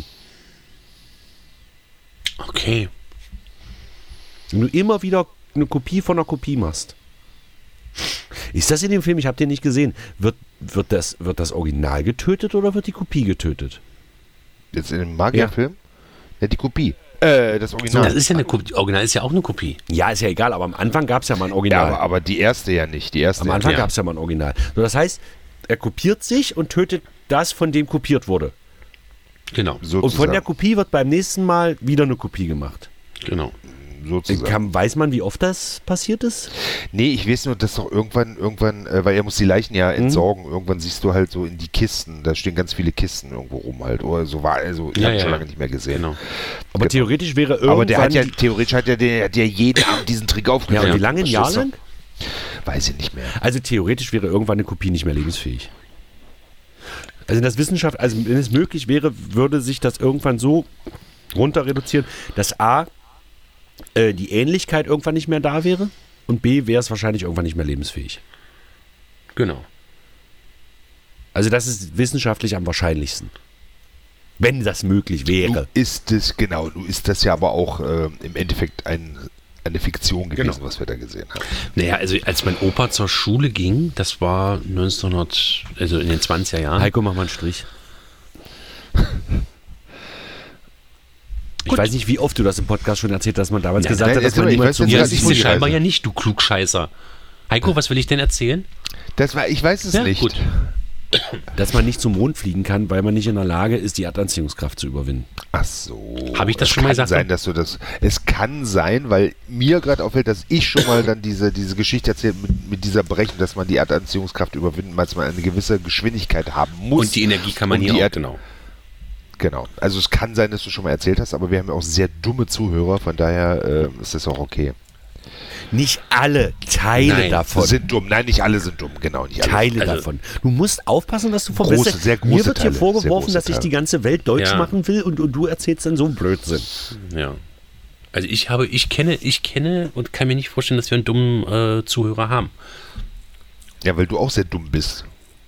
Okay. Wenn du immer wieder eine Kopie von einer Kopie machst. Ist das in dem Film? Ich habe den nicht gesehen. Wird das Original getötet oder wird die Kopie getötet? Jetzt in dem Magierfilm? Ja, die Kopie. Das Original. Das ist ja eine Kopie. Original ist ja auch eine Kopie. Ja, ist ja egal, aber am Anfang gab es ja mal ein Original. Ja, aber die erste ja nicht. Am Anfang gab es ja mal ein Original. So, das heißt, er kopiert sich und tötet das, von dem kopiert wurde. Genau. Sozusagen. Und von der Kopie wird beim nächsten Mal wieder eine Kopie gemacht. Genau. Weiß man, wie oft das passiert ist? Nee, ich weiß nur, dass doch irgendwann, weil er muss die Leichen ja entsorgen, irgendwann siehst du halt so in die Kisten, da stehen ganz viele Kisten irgendwo rum halt, oder so war, also ich habe schon lange nicht mehr gesehen. Genau. Aber theoretisch wäre irgendwann... Aber der hat ja jeden Abend diesen Trick aufgeführt. Ja, und wie lange, ein Jahr lang? Weiß ich nicht mehr. Also theoretisch wäre irgendwann eine Kopie nicht mehr lebensfähig. Also wenn es möglich wäre, würde sich das irgendwann so runter reduzieren, dass die Ähnlichkeit irgendwann nicht mehr da wäre und B, wäre es wahrscheinlich irgendwann nicht mehr lebensfähig. Genau. Also das ist wissenschaftlich am wahrscheinlichsten. Wenn das möglich wäre. Nun ist das ja aber auch im Endeffekt eine Fiktion gewesen, was wir da gesehen haben. Naja, also als mein Opa zur Schule ging, das war in den 20er Jahren. Heiko, mach mal einen Strich. Ich weiß nicht, wie oft du das im Podcast schon erzählt hast, dass man damals gesagt hat, dass man niemals zum Mond fliegen kann. Scheinbar ja nicht, du Klugscheißer. Heiko, was will ich denn erzählen? Ich weiß es nicht. Gut. Dass man nicht zum Mond fliegen kann, weil man nicht in der Lage ist, die Erdanziehungskraft zu überwinden. Ach so. Habe ich das schon mal gesagt? Es kann sein, weil mir gerade auffällt, dass ich schon mal dann diese Geschichte erzählt mit dieser Berechnung, dass man die Erdanziehungskraft überwinden, weil man eine gewisse Geschwindigkeit haben muss. Und die Energie kann man hier auch, genau. Genau. Also es kann sein, dass du schon mal erzählt hast, aber wir haben ja auch sehr dumme Zuhörer, von daher ist das auch okay. Nicht alle Teile davon sind dumm. Nein, nicht alle sind dumm. Genau, nicht alle. Teile davon. Du musst aufpassen, dass du verbesserst. Sehr große Mir wird hier Teile, vorgeworfen, dass ich die ganze Welt deutsch machen will und du erzählst dann so einen Blödsinn. Ja. Also ich kenne und kann mir nicht vorstellen, dass wir einen dummen Zuhörer haben. Ja, weil du auch sehr dumm bist.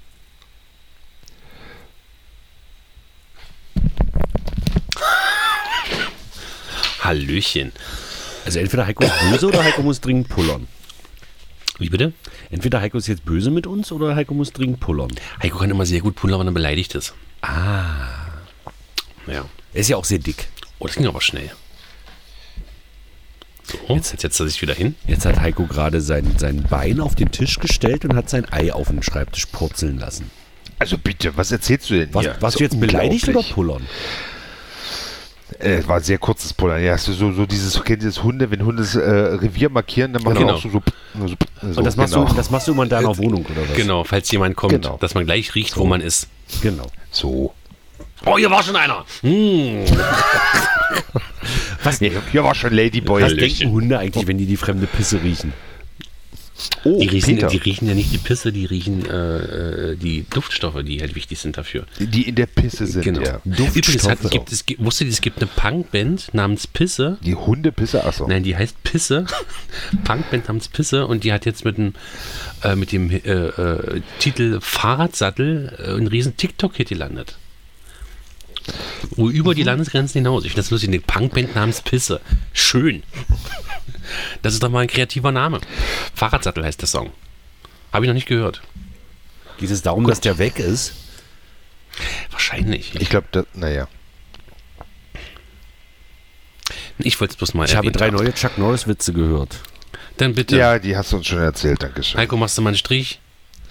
Hallöchen. Also entweder Heiko ist böse oder Heiko muss dringend pullern. Wie bitte? Entweder Heiko ist jetzt böse mit uns oder Heiko muss dringend pullern. Heiko kann immer sehr gut pullern, wenn er beleidigt ist. Ah. Ja. Er ist ja auch sehr dick. Oh, das ging aber schnell. So, jetzt setzt er sich wieder hin. Jetzt hat Heiko gerade sein Bein auf den Tisch gestellt und hat sein Ei auf den Schreibtisch purzeln lassen. Also bitte, was erzählst du denn hier? Warst du jetzt beleidigt oder pullern? War ein sehr kurzes Pullern. Ja, hast du so dieses, kennt ihr das Hunde, wenn Hunde das Revier markieren, dann machen die auch so. Und das machst du immer in deiner Wohnung, oder was? Genau, falls jemand kommt, dass man gleich riecht, wo man ist. Genau. So. Oh, hier war schon einer. Was? Nee, hier war schon Ladyboy. Was denken Hunde eigentlich, wenn die fremde Pisse riechen? Oh, die riechen ja nicht die Pisse, die riechen die Duftstoffe, die halt wichtig sind dafür. Die in der Pisse sind, genau. Ja. Übrigens, wusstet ihr, es gibt eine Punkband namens Pisse. Die Hundepisse? Achso. Nein, die heißt Pisse. Punkband namens Pisse und die hat jetzt mit dem Titel Fahrradsattel einen riesen TikTok-Hit gelandet. Über die Landesgrenzen hinaus. Ich finde das lustig, eine Punkband namens Pisse. Schön. Das ist doch mal ein kreativer Name. Fahrradsattel heißt der Song. Habe ich noch nicht gehört. Geht es darum, dass der weg ist? Wahrscheinlich. Ich glaube, naja. Ich wollte es bloß mal Ich habe 3 neue Chuck Norris Witze gehört. Dann bitte. Ja, die hast du uns schon erzählt, danke schön. Heiko, machst du mal einen Strich?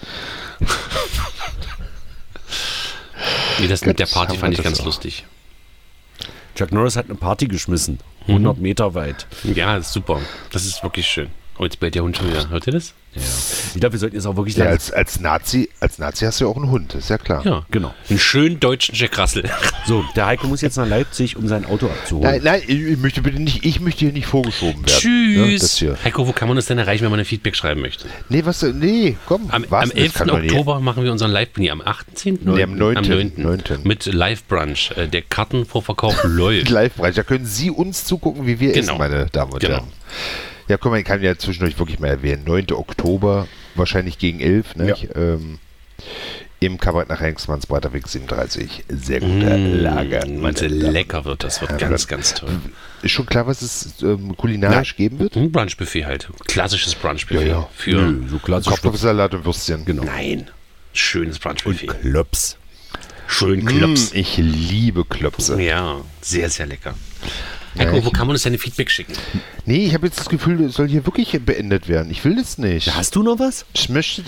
Nee, das mit der Party fand ich ganz lustig. Chuck Norris hat eine Party geschmissen. 100 Meter weit. Ja, das ist super. Das ist wirklich schön. Oh, jetzt bellt der Hund schon wieder. Hört ihr das? Ja. Ich glaube, wir sollten jetzt auch wirklich... Ja, als Nazi hast du ja auch einen Hund, ist ja klar. Ja, genau. Einen schönen deutschen Jack Russell. So, der Heiko muss jetzt nach Leipzig, um sein Auto abzuholen. Nein, ich möchte hier nicht vorgeschoben werden. Tschüss. Ja, Heiko, wo kann man das denn erreichen, wenn man ein Feedback schreiben möchte? Nee, komm. Am 11. Oktober machen wir unseren Live, am 18. Nee, am 9. Am 9. Mit Live-Brunch. Der Kartenvorverkauf läuft. Live-Brunch, da können Sie uns zugucken, wie wir essen, meine Damen und Herren. Ja, guck mal, ich kann ja zwischendurch wirklich mal erwähnen. 9. Oktober, wahrscheinlich gegen 11, ne? Ja. Im Kabarett nach Hengstmanns, Breiterweg 37. Sehr guter Lager. Lecker wird das, wird ganz toll. Ist schon klar, was es kulinarisch geben wird? Ein Brunchbuffet halt. Klassisches Brunchbuffet. Ja. Für so klassisch Kopfsalat und Würstchen. Genau. Nein. Schönes Brunchbuffet. Und Klöps. Schön Klöps. Ich liebe Klöpse. Ja, sehr, sehr lecker. Heiko, wo kann man uns deine Feedback schicken? Nee, ich habe jetzt das Gefühl, das soll hier wirklich beendet werden. Ich will das nicht. Hast du noch was? Ich möchte...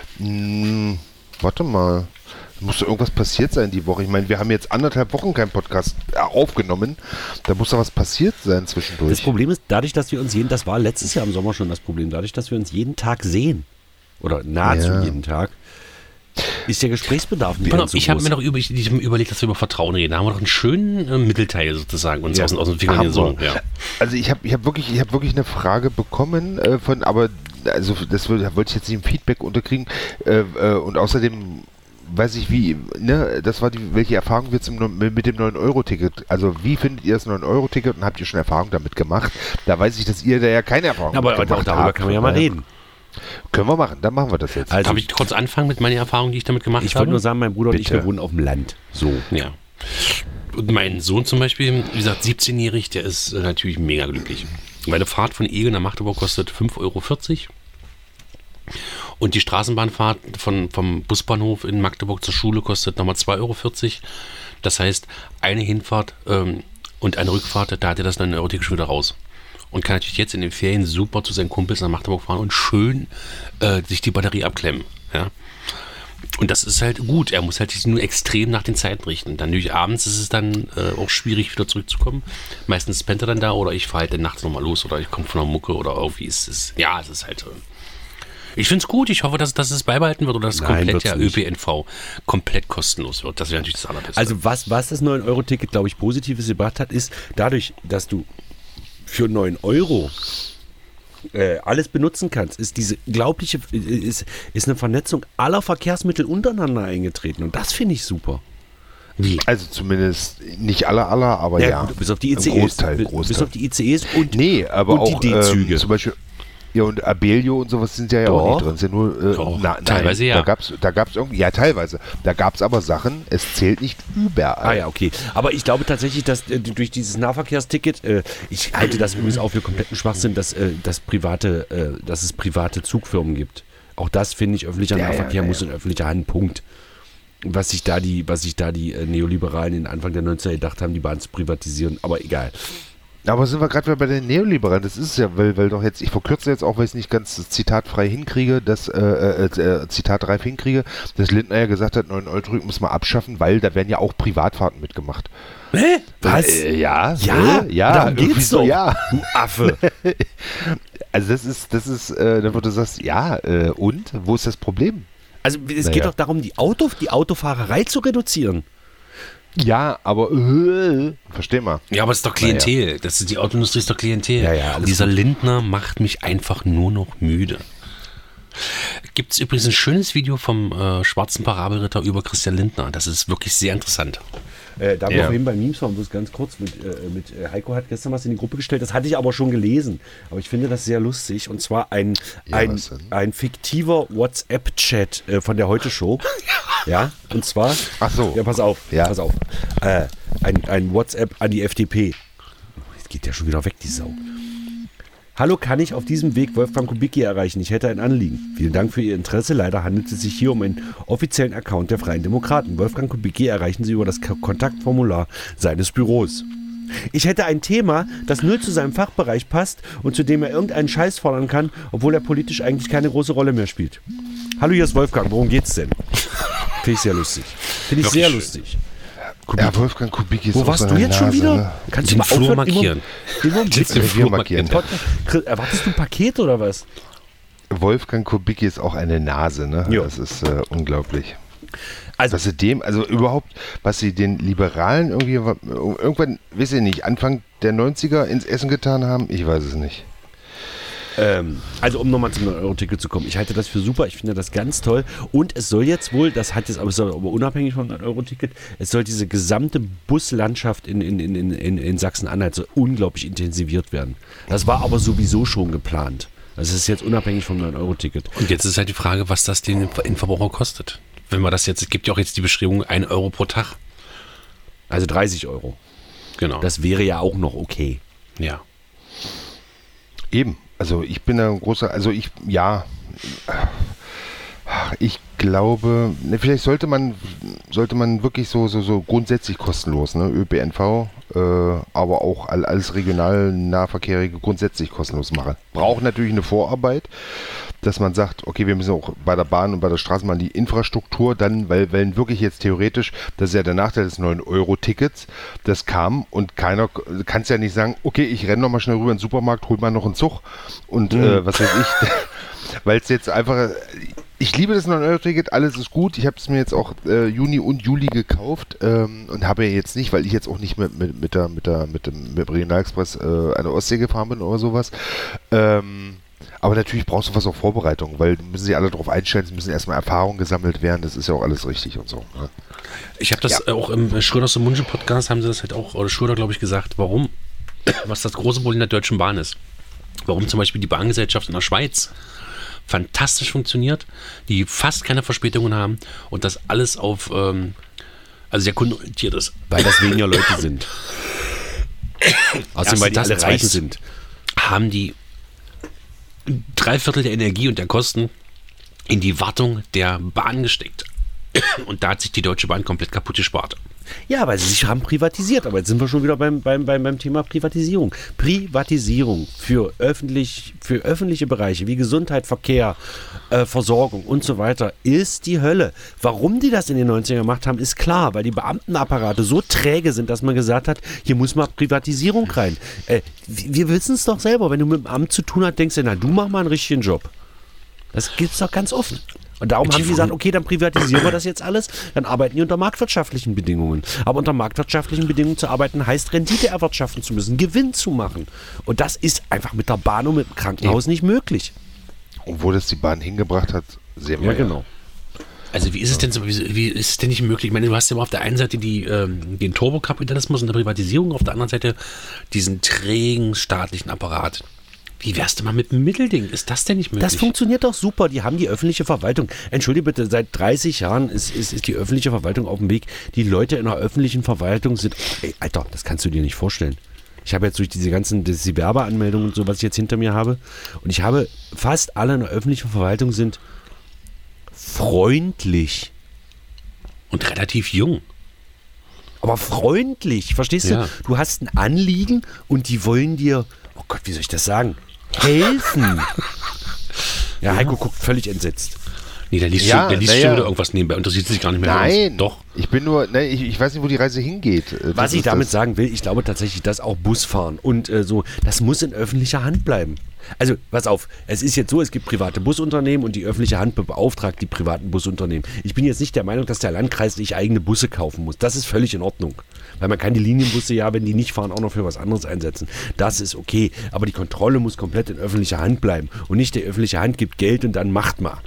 warte mal. Muss doch irgendwas passiert sein die Woche. Ich meine, wir haben jetzt 1,5 Wochen keinen Podcast aufgenommen. Da muss doch was passiert sein zwischendurch. Das Problem ist, dadurch, dass wir uns das war letztes Jahr im Sommer schon das Problem, dadurch, dass wir uns jeden Tag sehen, oder nahezu jeden Tag, ist der Gesprächsbedarf nicht so Ich habe mir noch überlegt, dass wir über Vertrauen reden. Da haben wir doch einen schönen Mittelteil sozusagen uns aus den Fingern gesogen. Ja. Also ich hab wirklich eine Frage bekommen also das wollte ich jetzt nicht im Feedback unterkriegen und außerdem weiß ich wie, ne, das war welche Erfahrung wird es mit dem 9-Euro-Ticket? Also wie findet ihr das 9-Euro-Ticket und habt ihr schon Erfahrung damit gemacht? Da weiß ich, dass ihr da ja keine Erfahrung gemacht habt. Aber darüber können wir ja mal reden. Können wir machen, dann machen wir das jetzt. Also, darf ich kurz anfangen mit meiner Erfahrung, die ich damit gemacht habe? Ich wollte nur sagen, mein Bruder und ich, wir wohnen auf dem Land. So. Ja. Und mein Sohn zum Beispiel, wie gesagt, 17-jährig, der ist natürlich mega glücklich. Meine Fahrt von Eger nach Magdeburg kostet 5,40 Euro. Und die Straßenbahnfahrt vom Busbahnhof in Magdeburg zur Schule kostet nochmal 2,40 Euro. Das heißt, eine Hinfahrt Und eine Rückfahrt, da hat er das 9-Euro-Ticket schon wieder raus. Und kann natürlich jetzt in den Ferien super zu seinen Kumpels nach Magdeburg fahren und schön sich die Batterie abklemmen. Ja? Und das ist halt gut. Er muss halt sich nur extrem nach den Zeiten richten. Dann natürlich abends ist es dann auch schwierig, wieder zurückzukommen. Meistens pennt er dann da oder ich fahre halt dann nachts nochmal los oder ich komme von der Mucke oder irgendwie ist es. Ja, es ist halt. Ich finde es gut. Ich hoffe, dass es beibehalten wird oder dass komplett der ÖPNV komplett kostenlos wird. Das wäre natürlich das Allerbeste. Also was das 9-Euro-Ticket, glaube ich, Positives gebracht hat, ist dadurch, dass du für 9 Euro alles benutzen kannst, ist diese unglaubliche, ist eine Vernetzung aller Verkehrsmittel untereinander eingetreten und das finde ich super. Wie? Also zumindest nicht aller, aber ja. Gut, bis auf die ICEs. Großteil. Bis auf die ICEs und, aber und auch, die D-Züge. Zum Beispiel, ja, und Abellio und sowas sind ja auch nicht drin. Sind nur, teilweise ja. Da gab's irgendwie, ja, teilweise. Da gab es aber Sachen, es zählt nicht überall. Ah ja, okay. Aber ich glaube tatsächlich, dass durch dieses Nahverkehrsticket, ich halte das übrigens auch für kompletten Schwachsinn, dass es private Zugfirmen gibt. Auch das finde ich, öffentlicher Nahverkehr muss in öffentlicher Hand, Punkt. Was sich da die Neoliberalen in Anfang der 90er gedacht haben, die Bahn zu privatisieren, aber egal. Aber sind wir gerade wieder bei den Neoliberalen? Das ist ja, weil doch jetzt, ich verkürze jetzt auch, weil ich es nicht ganz zitatfrei hinkriege, zitatreif hinkriege, dass Lindner ja gesagt hat, 9-Euro-Ticket muss man abschaffen, weil da werden ja auch Privatfahrten mitgemacht. Hä? Was? Ja, darum geht's doch. Ja. Du Affe. Also das ist, dann wo du sagst, und? Wo ist das Problem? Also es geht doch darum, die Autofahrerei zu reduzieren. Ja, aber versteh mal. Ja, aber es ist doch Klientel. Die Autoindustrie ist doch Klientel. Ja, dieser Lindner macht mich einfach nur noch müde. Gibt es übrigens ein schönes Video vom schwarzen Parabelritter über Christian Lindner. Das ist wirklich sehr interessant. Da wir vorhin bei Memes waren, bloß ganz kurz mit Heiko hat gestern was in die Gruppe gestellt, das hatte ich aber schon gelesen, aber ich finde das sehr lustig und zwar ein fiktiver WhatsApp-Chat von der Heute-Show, ja, und zwar, pass auf, ein WhatsApp an die FDP, jetzt geht der schon wieder weg, die Sau. Hallo, kann ich auf diesem Weg Wolfgang Kubicki erreichen? Ich hätte ein Anliegen. Vielen Dank für Ihr Interesse. Leider handelt es sich hier um einen offiziellen Account der Freien Demokraten. Wolfgang Kubicki erreichen Sie über das Kontaktformular seines Büros. Ich hätte ein Thema, das null zu seinem Fachbereich passt und zu dem er irgendeinen Scheiß fordern kann, obwohl er politisch eigentlich keine große Rolle mehr spielt. Hallo, hier ist Wolfgang. Worum geht's denn? Finde ich sehr lustig. Finde ich sehr lustig. Ja, Wolfgang Kubicki ist Wo warst du jetzt schon wieder? Kannst du mal Flur markieren? Den Flur markieren. Erwartest du ein Paket oder was? Wolfgang Kubicki ist auch eine Nase, ne? Jo. Das ist unglaublich. Also, was sie den Liberalen irgendwann, weiß ich nicht, Anfang der 90er ins Essen getan haben, ich weiß es nicht. Also um nochmal zum 9-Euro-Ticket zu kommen, ich halte das für super, ich finde das ganz toll und es soll jetzt wohl, es soll aber unabhängig vom 9-Euro-Ticket, es soll diese gesamte Buslandschaft in Sachsen-Anhalt so unglaublich intensiviert werden. Das war aber sowieso schon geplant. Das ist jetzt unabhängig vom 9-Euro-Ticket. Und jetzt ist halt die Frage, was das den Endverbraucher kostet. Wenn man das jetzt, es gibt ja auch jetzt die Beschreibung 1 Euro pro Tag. Also 30 Euro. Genau. Das wäre ja auch noch okay. Ja. Eben. Also ich bin ein großer, ich glaube, vielleicht sollte man wirklich so grundsätzlich kostenlos, ne, ÖPNV, aber auch alles Regionalnahverkehrige grundsätzlich kostenlos machen. Braucht natürlich eine Vorarbeit, dass man sagt, okay, wir müssen auch bei der Bahn und bei der Straßenbahn die Infrastruktur dann, weil wirklich jetzt theoretisch, das ist ja der Nachteil des 9-Euro-Tickets, das kam und keiner, kannst ja nicht sagen, okay, ich renne nochmal schnell rüber in den Supermarkt, hol mal noch einen Zug und was weiß ich, weil es jetzt einfach, ich liebe das 9-Euro-Ticket, alles ist gut, ich habe es mir jetzt auch Juni und Juli gekauft und habe ja jetzt nicht, weil ich jetzt auch nicht mit dem Regionalexpress an der Ostsee gefahren bin oder sowas, aber natürlich brauchst du was auf Vorbereitung, weil müssen sie alle darauf einstellen, es müssen erstmal Erfahrungen gesammelt werden, das ist ja auch alles richtig und so. Ne? Ich habe das auch im Schröders und Munchen Podcast, haben sie das halt auch, oder Schröder, glaube ich, gesagt, was das große Problem der Deutschen Bahn ist. Warum zum Beispiel die Bahngesellschaft in der Schweiz fantastisch funktioniert, die fast keine Verspätungen haben und das alles auf, sehr kundenorientiert ist. Weil das weniger Leute sind. Außerdem, weil die alle reich sind. Haben die 3/4 der Energie und der Kosten in die Wartung der Bahn gesteckt. Und da hat sich die Deutsche Bahn komplett kaputt gespart. Ja, weil sie sich haben privatisiert. Aber jetzt sind wir schon wieder beim Thema Privatisierung. Privatisierung für öffentliche Bereiche wie Gesundheit, Verkehr, Versorgung und so weiter ist die Hölle. Warum die das in den 90ern gemacht haben, ist klar, weil die Beamtenapparate so träge sind, dass man gesagt hat, hier muss mal Privatisierung rein. Wir wissen es doch selber, wenn du mit dem Amt zu tun hast, denkst du, na, du mach mal einen richtigen Job. Das gibt es doch ganz oft. Und darum haben die gesagt, okay, dann privatisieren wir das jetzt alles, dann arbeiten die unter marktwirtschaftlichen Bedingungen. Aber unter marktwirtschaftlichen Bedingungen zu arbeiten, heißt Rendite erwirtschaften zu müssen, Gewinn zu machen. Und das ist einfach mit der Bahn und mit dem Krankenhaus nicht möglich. Und wo das die Bahn hingebracht hat, sehen wir. Ja, genau. Also wie ist es denn so, wie ist es denn nicht möglich? Ich meine, du hast ja mal auf der einen Seite den Turbokapitalismus und der Privatisierung, auf der anderen Seite diesen trägen staatlichen Apparat. Wie wärst du mal mit dem Mittelding? Ist das denn nicht möglich? Das funktioniert doch super. Die haben die öffentliche Verwaltung. Entschuldige bitte, seit 30 Jahren ist die öffentliche Verwaltung auf dem Weg. Die Leute in der öffentlichen Verwaltung sind... Ey, Alter, das kannst du dir nicht vorstellen. Ich habe jetzt durch diese ganzen die Werbeanmeldungen und so, was ich jetzt hinter mir habe, und ich habe fast alle in der öffentlichen Verwaltung sind freundlich. Und relativ jung. Aber freundlich, verstehst du? Du hast ein Anliegen und die wollen dir... Oh Gott, wie soll ich das sagen? Helfen. Ja, Heiko guckt völlig entsetzt. Nee, der liest schon wieder irgendwas nebenbei, interessiert sich gar nicht mehr. Nein, doch. Ich bin nur, ich weiß nicht, wo die Reise hingeht. Was ich damit sagen will, ich glaube tatsächlich, dass auch Busfahren und so, das muss in öffentlicher Hand bleiben. Also, pass auf, es ist jetzt so, es gibt private Busunternehmen und die öffentliche Hand beauftragt die privaten Busunternehmen. Ich bin jetzt nicht der Meinung, dass der Landkreis sich eigene Busse kaufen muss. Das ist völlig in Ordnung. Weil man kann die Linienbusse ja, wenn die nicht fahren, auch noch für was anderes einsetzen. Das ist okay. Aber die Kontrolle muss komplett in öffentlicher Hand bleiben. Und nicht die öffentliche Hand gibt Geld und dann macht mal.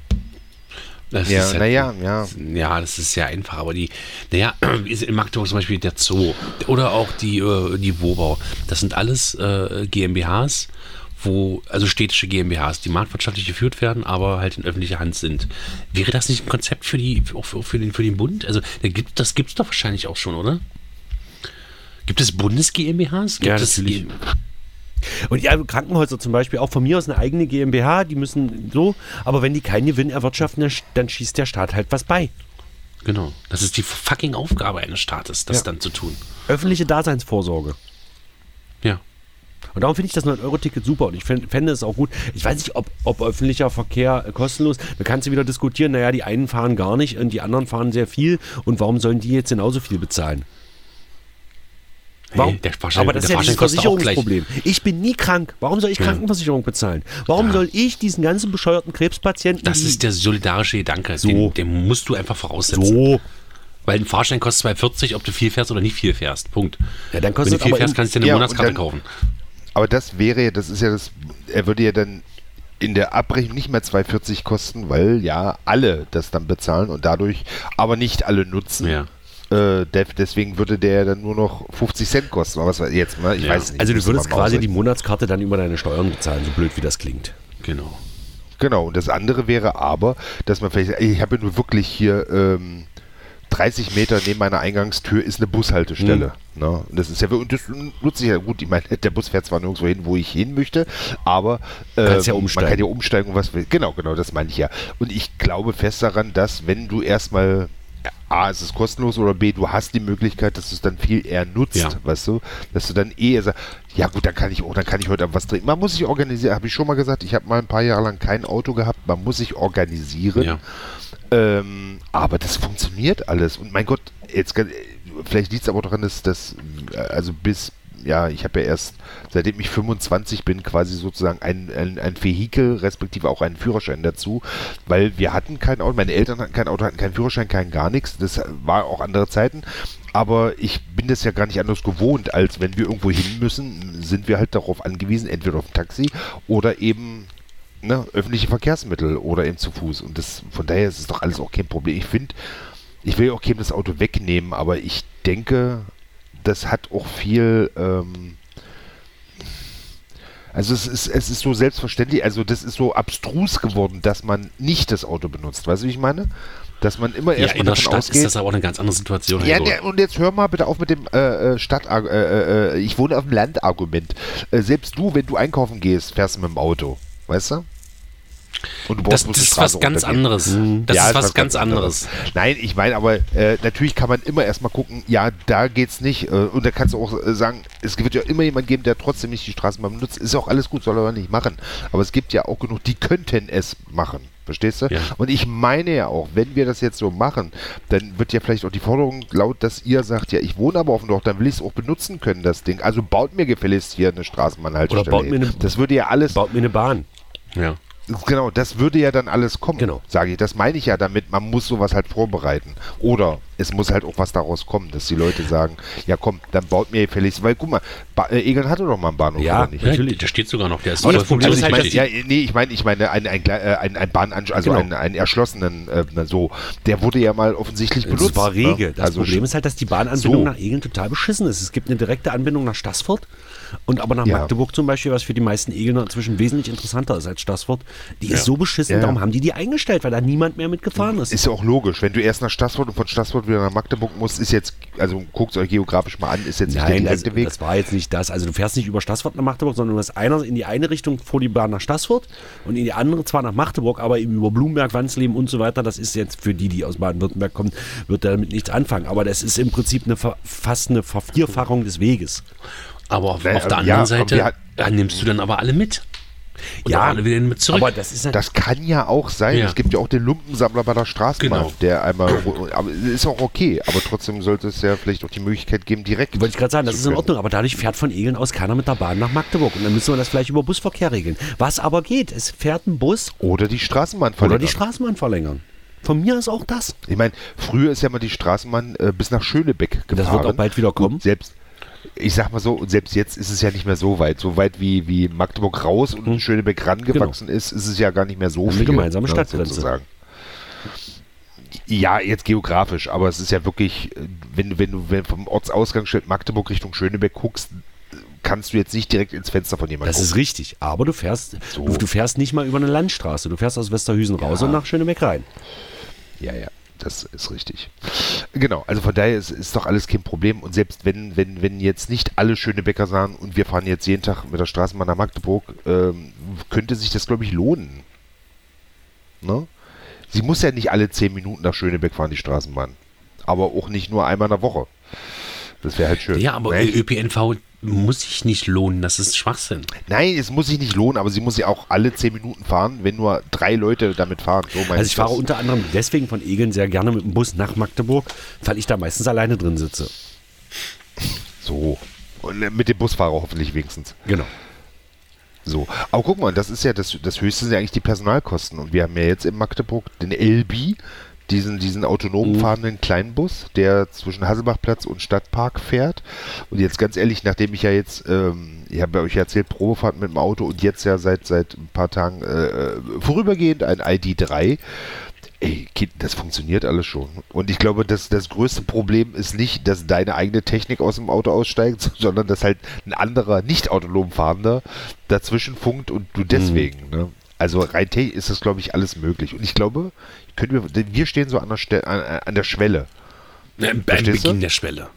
Das ist ja, das ist sehr einfach, aber in Magdeburg zum Beispiel der Zoo oder auch die Wobau, das sind alles GmbHs, also städtische GmbHs, die marktwirtschaftlich geführt werden, aber halt in öffentlicher Hand sind. Wäre das nicht ein Konzept für den Bund? Also das gibt es doch wahrscheinlich auch schon, oder? Gibt es Bundes-GmbHs? Ja, natürlich. Und ja, Krankenhäuser zum Beispiel, auch von mir aus eine eigene GmbH, die müssen so, aber wenn die keinen Gewinn erwirtschaften, dann schießt der Staat halt was bei. Genau, das ist die fucking Aufgabe eines Staates, das dann zu tun. Öffentliche Daseinsvorsorge. Ja. Und darum finde ich das 9-Euro-Ticket super und ich fände es auch gut. Ich weiß nicht, ob öffentlicher Verkehr kostenlos, da kannst du wieder diskutieren, naja, die einen fahren gar nicht und die anderen fahren sehr viel und warum sollen die jetzt genauso viel bezahlen? Warum? Aber das ist ja dieses Versicherungsproblem. Ich bin nie krank. Warum soll ich Krankenversicherung bezahlen? Warum soll ich diesen ganzen bescheuerten Krebspatienten... Das ist der solidarische Gedanke. So. Den musst du einfach voraussetzen. So. Weil ein Fahrschein kostet 2,40, ob du viel fährst oder nicht viel fährst. Punkt. Ja, dann kostet Wenn du viel fährst, kannst du dir eine Monatskarte kaufen. Aber er würde ja dann in der Abrechnung nicht mehr 2,40 kosten, weil ja alle das dann bezahlen und dadurch aber nicht alle nutzen. Ja. Deswegen würde der dann nur noch 50 Cent kosten. Aber was jetzt mal? Ich weiß nicht. Also du würdest quasi die Monatskarte dann über deine Steuern bezahlen, so blöd wie das klingt. Genau. Und das andere wäre aber, dass man vielleicht, ich habe ja nur wirklich hier 30 Meter neben meiner Eingangstür ist eine Bushaltestelle. Ne? Und das ist ja, und das nutze ich ja gut. Ich meine, der Bus fährt zwar nirgendwo hin, wo ich hin möchte, aber man kann ja umsteigen und was will. Genau, das meine ich ja. Und ich glaube fest daran, dass wenn du erstmal A, ist es kostenlos oder B, du hast die Möglichkeit, dass du es dann viel eher nutzt, weißt du, dass du dann eher sagst, ja gut, dann kann ich heute Abend was trinken. Man muss sich organisieren, habe ich schon mal gesagt, ich habe mal ein paar Jahre lang kein Auto gehabt, man muss sich organisieren, aber das funktioniert alles und mein Gott, vielleicht liegt es aber auch daran, dass ich habe ja erst, seitdem ich 25 bin, quasi sozusagen ein Vehikel, respektive auch einen Führerschein dazu, weil wir hatten kein Auto, meine Eltern hatten kein Auto, hatten keinen Führerschein, gar nichts, das war auch andere Zeiten, aber ich bin das ja gar nicht anders gewohnt, als wenn wir irgendwo hin müssen, sind wir halt darauf angewiesen, entweder auf ein Taxi oder eben öffentliche Verkehrsmittel oder eben zu Fuß und von daher ist es doch alles auch kein Problem. Ich will ja auch keinem das Auto wegnehmen, aber ich denke, das hat auch viel, also es ist so selbstverständlich, also das ist so abstrus geworden, dass man nicht das Auto benutzt. Weißt du, wie ich meine? Dass man immer erstmal in der Stadt ausgeht. Ist das aber auch eine ganz andere Situation. Ja, und jetzt hör mal bitte auf mit dem ich wohne auf dem Land-Argument. Selbst du, wenn du einkaufen gehst, fährst du mit dem Auto. Weißt du? Und du das ist was ganz anderes. Das ist was ganz anderes. Nein, ich meine aber, natürlich kann man immer erstmal gucken, ja, da geht's nicht. Und da kannst du auch sagen, es wird ja immer jemanden geben, der trotzdem nicht die Straßenbahn benutzt. Ist auch alles gut, soll er aber nicht machen. Aber es gibt ja auch genug, die könnten es machen. Verstehst du? Ja. Und ich meine ja auch, wenn wir das jetzt so machen, dann wird ja vielleicht auch die Forderung laut, dass ihr sagt, ja, ich wohne aber auf dem Dorf, dann will ich es auch benutzen können, das Ding. Also baut mir gefälligst hier eine Straßenbahnhaltestelle. Oder das würde ja alles... Baut mir eine Bahn. Ja. Genau, das würde ja dann alles kommen, genau. Sage ich. Das meine ich ja damit, man muss sowas halt vorbereiten. Oder es muss halt auch was daraus kommen, dass die Leute sagen, ja komm, dann baut mir gefälligst, weil guck mal, Egeln hatte doch mal einen Bahnhof, ja, oder nicht? Natürlich, der steht sogar noch, der ist aber das Problem ist halt, ich meine ein Bahnanschluss, also genau. einen erschlossenen, so, der wurde ja mal offensichtlich benutzt. Das war rege. Ne? Das also Problem ist halt, dass die Bahnanbindung nach Egeln total beschissen ist. Es gibt eine direkte Anbindung nach Staßfurt und aber nach Magdeburg zum Beispiel, was für die meisten Egelner inzwischen wesentlich interessanter ist als Staßfurt, die ist so beschissen, darum haben die eingestellt, weil da niemand mehr mitgefahren ist. Ist ja auch logisch, wenn du erst nach Staßfurt und von Staßfurt wieder nach Magdeburg musst, ist jetzt, also guckt es euch geografisch mal an, ist jetzt nicht der direkte Weg. Das war jetzt nicht das, also du fährst nicht über Staßfurt nach Magdeburg, sondern du hast in die eine Richtung vor die Bahn nach Staßfurt und in die andere zwar nach Magdeburg, aber eben über Blumberg, Wansleben und so weiter, das ist jetzt für die aus Baden-Württemberg kommen, wird damit nichts anfangen, aber das ist im Prinzip fast eine Vervierfachung des Weges. Aber auf der anderen Seite nimmst du dann aber alle mit. Und alle wieder mit zurück. Aber das kann ja auch sein. Es gibt ja auch den Lumpensammler bei der Straßenbahn, der einmal, aber ist auch okay, aber trotzdem sollte es ja vielleicht auch die Möglichkeit geben, direkt. Wollte ich gerade sagen, das ist in Ordnung, aber dadurch fährt von Egeln aus keiner mit der Bahn nach Magdeburg und dann müssen wir das vielleicht über Busverkehr regeln. Was aber geht, es fährt ein Bus oder die Straßenbahn verlängern. Von mir ist auch das. Ich meine, früher ist ja mal die Straßenbahn bis nach Schönebeck gefahren. Das wird auch bald wieder kommen. Ich sag mal so, und selbst jetzt ist es ja nicht mehr so weit. So weit wie Magdeburg raus und Schönebeck rangewachsen ist es ja gar nicht mehr so viel. Eine gemeinsame Stadtgrenze. Sozusagen. Ja, jetzt geografisch, aber es ist ja wirklich, wenn du vom Ortsausgang Magdeburg Richtung Schönebeck guckst, kannst du jetzt nicht direkt ins Fenster von jemandem gucken. Das ist richtig, aber du fährst nicht mal über eine Landstraße. Du fährst aus Westerhüsen raus und nach Schönebeck rein. Ja. Das ist richtig. Genau, also von daher ist doch alles kein Problem. Und selbst wenn jetzt nicht alle Schönebecker sagen und wir fahren jetzt jeden Tag mit der Straßenbahn nach Magdeburg, könnte sich das, glaube ich, lohnen. Ne? Sie muss ja nicht alle 10 Minuten nach Schönebeck fahren, die Straßenbahn. Aber auch nicht nur einmal in der Woche. Das wäre halt schön. Ja, aber ÖPNV muss sich nicht lohnen, das ist Schwachsinn. Nein, es muss sich nicht lohnen, aber sie muss ja auch alle 10 Minuten fahren, wenn nur 3 Leute damit fahren. So also ich fahre unter anderem deswegen von Egeln sehr gerne mit dem Bus nach Magdeburg, weil ich da meistens alleine drin sitze. So, und mit dem Busfahrer hoffentlich wenigstens. Genau. So, aber guck mal, das ist ja das Höchste sind ja eigentlich die Personalkosten und wir haben ja jetzt in Magdeburg den LB, diesen autonom fahrenden kleinen Bus, der zwischen Hasselbachplatz und Stadtpark fährt. Und jetzt ganz ehrlich, nachdem ich ja jetzt, ich habe euch erzählt, Probefahrt mit dem Auto und jetzt ja seit ein paar Tagen vorübergehend ein ID3. Ey, Kind, das funktioniert alles schon. Und ich glaube, das größte Problem ist nicht, dass deine eigene Technik aus dem Auto aussteigt, sondern dass halt ein anderer, nicht autonom fahrender dazwischen funkt und du deswegen, ne? Also rein technisch ist das, glaube ich, alles möglich. Und ich glaube, wir stehen so an der Schwelle. Beim Beginn der Schwelle.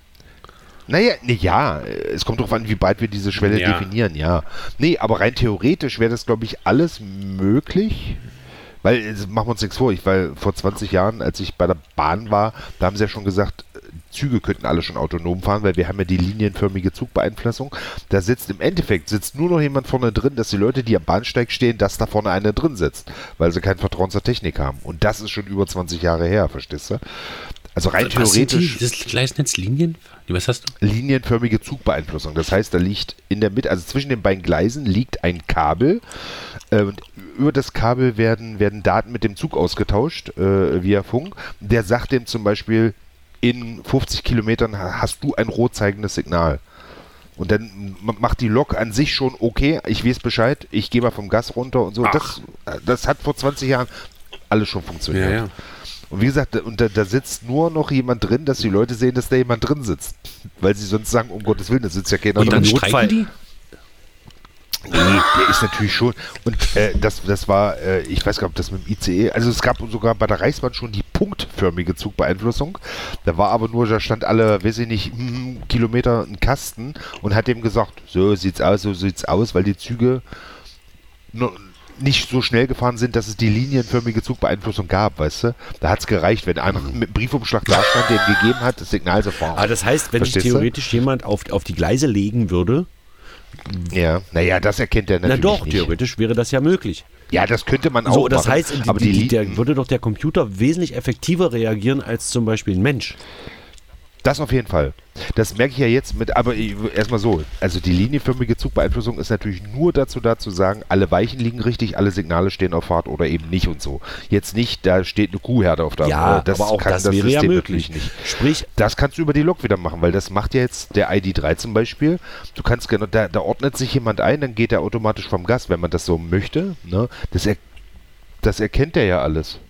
Naja, es kommt darauf an, wie bald wir diese Schwelle definieren, ja. Nee, aber rein theoretisch wäre das, glaube ich, alles möglich. Weil, machen wir uns nichts vor, weil vor 20 Jahren, als ich bei der Bahn war, da haben sie ja schon gesagt, Züge könnten alle schon autonom fahren, weil wir haben ja die linienförmige Zugbeeinflussung. Da sitzt im Endeffekt nur noch jemand vorne drin, dass die Leute, die am Bahnsteig stehen, dass da vorne einer drin sitzt, weil sie kein Vertrauen zur Technik haben. Und das ist schon über 20 Jahre her, verstehst du? Also rein theoretisch. Das Gleisnetz Linien? Was hast du? Linienförmige Zugbeeinflussung. Das heißt, da liegt in der Mitte, also zwischen den beiden Gleisen liegt ein Kabel. Und über das Kabel werden Daten mit dem Zug ausgetauscht via Funk. Der sagt dem zum Beispiel, in 50 Kilometern hast du ein rot zeigendes Signal. Und dann macht die Lok an sich schon, okay, ich weiß Bescheid, ich gehe mal vom Gas runter und so. Das hat vor 20 Jahren alles schon funktioniert. Ja. Und wie gesagt, da sitzt nur noch jemand drin, dass die Leute sehen, dass da jemand drin sitzt. Weil sie sonst sagen, um Gottes Willen, da sitzt ja keiner drin. Und dann Notfall. streiken die? Nee, der ist natürlich schon. Und das war, ich weiß gar nicht, ob das mit dem ICE, also es gab sogar bei der Reichsbahn schon die punktförmige Zugbeeinflussung. Da stand alle, weiß ich nicht, Kilometer ein Kasten und hat dem gesagt, so sieht's aus, weil die Züge nicht so schnell gefahren sind, dass es die linienförmige Zugbeeinflussung gab, weißt du? Da hat es gereicht, wenn einer mit einem Briefumschlag da stand, der ihm gegeben hat, das Signal sofort. Aber das heißt, wenn sich theoretisch jemand auf die Gleise legen würde... Ja, naja, das erkennt er natürlich nicht. Theoretisch wäre das ja möglich. Ja, das könnte man auch so, das machen. heißt, aber würde doch der Computer wesentlich effektiver reagieren als zum Beispiel ein Mensch. Das auf jeden Fall. Das merke ich ja jetzt mit, aber erstmal so, also die linienförmige Zugbeeinflussung ist natürlich nur dazu da zu sagen, alle Weichen liegen richtig, alle Signale stehen auf Fahrt oder eben nicht und so. Jetzt nicht, da steht eine Kuhherde auf der Ja, aber auch das wäre ja möglich. Nicht. Sprich, das kannst du über die Lok wieder machen, weil das macht ja jetzt der ID3 zum Beispiel. Du kannst genau, da ordnet sich jemand ein, dann geht er automatisch vom Gas, wenn man das so möchte. Ne? Das erkennt er ja alles.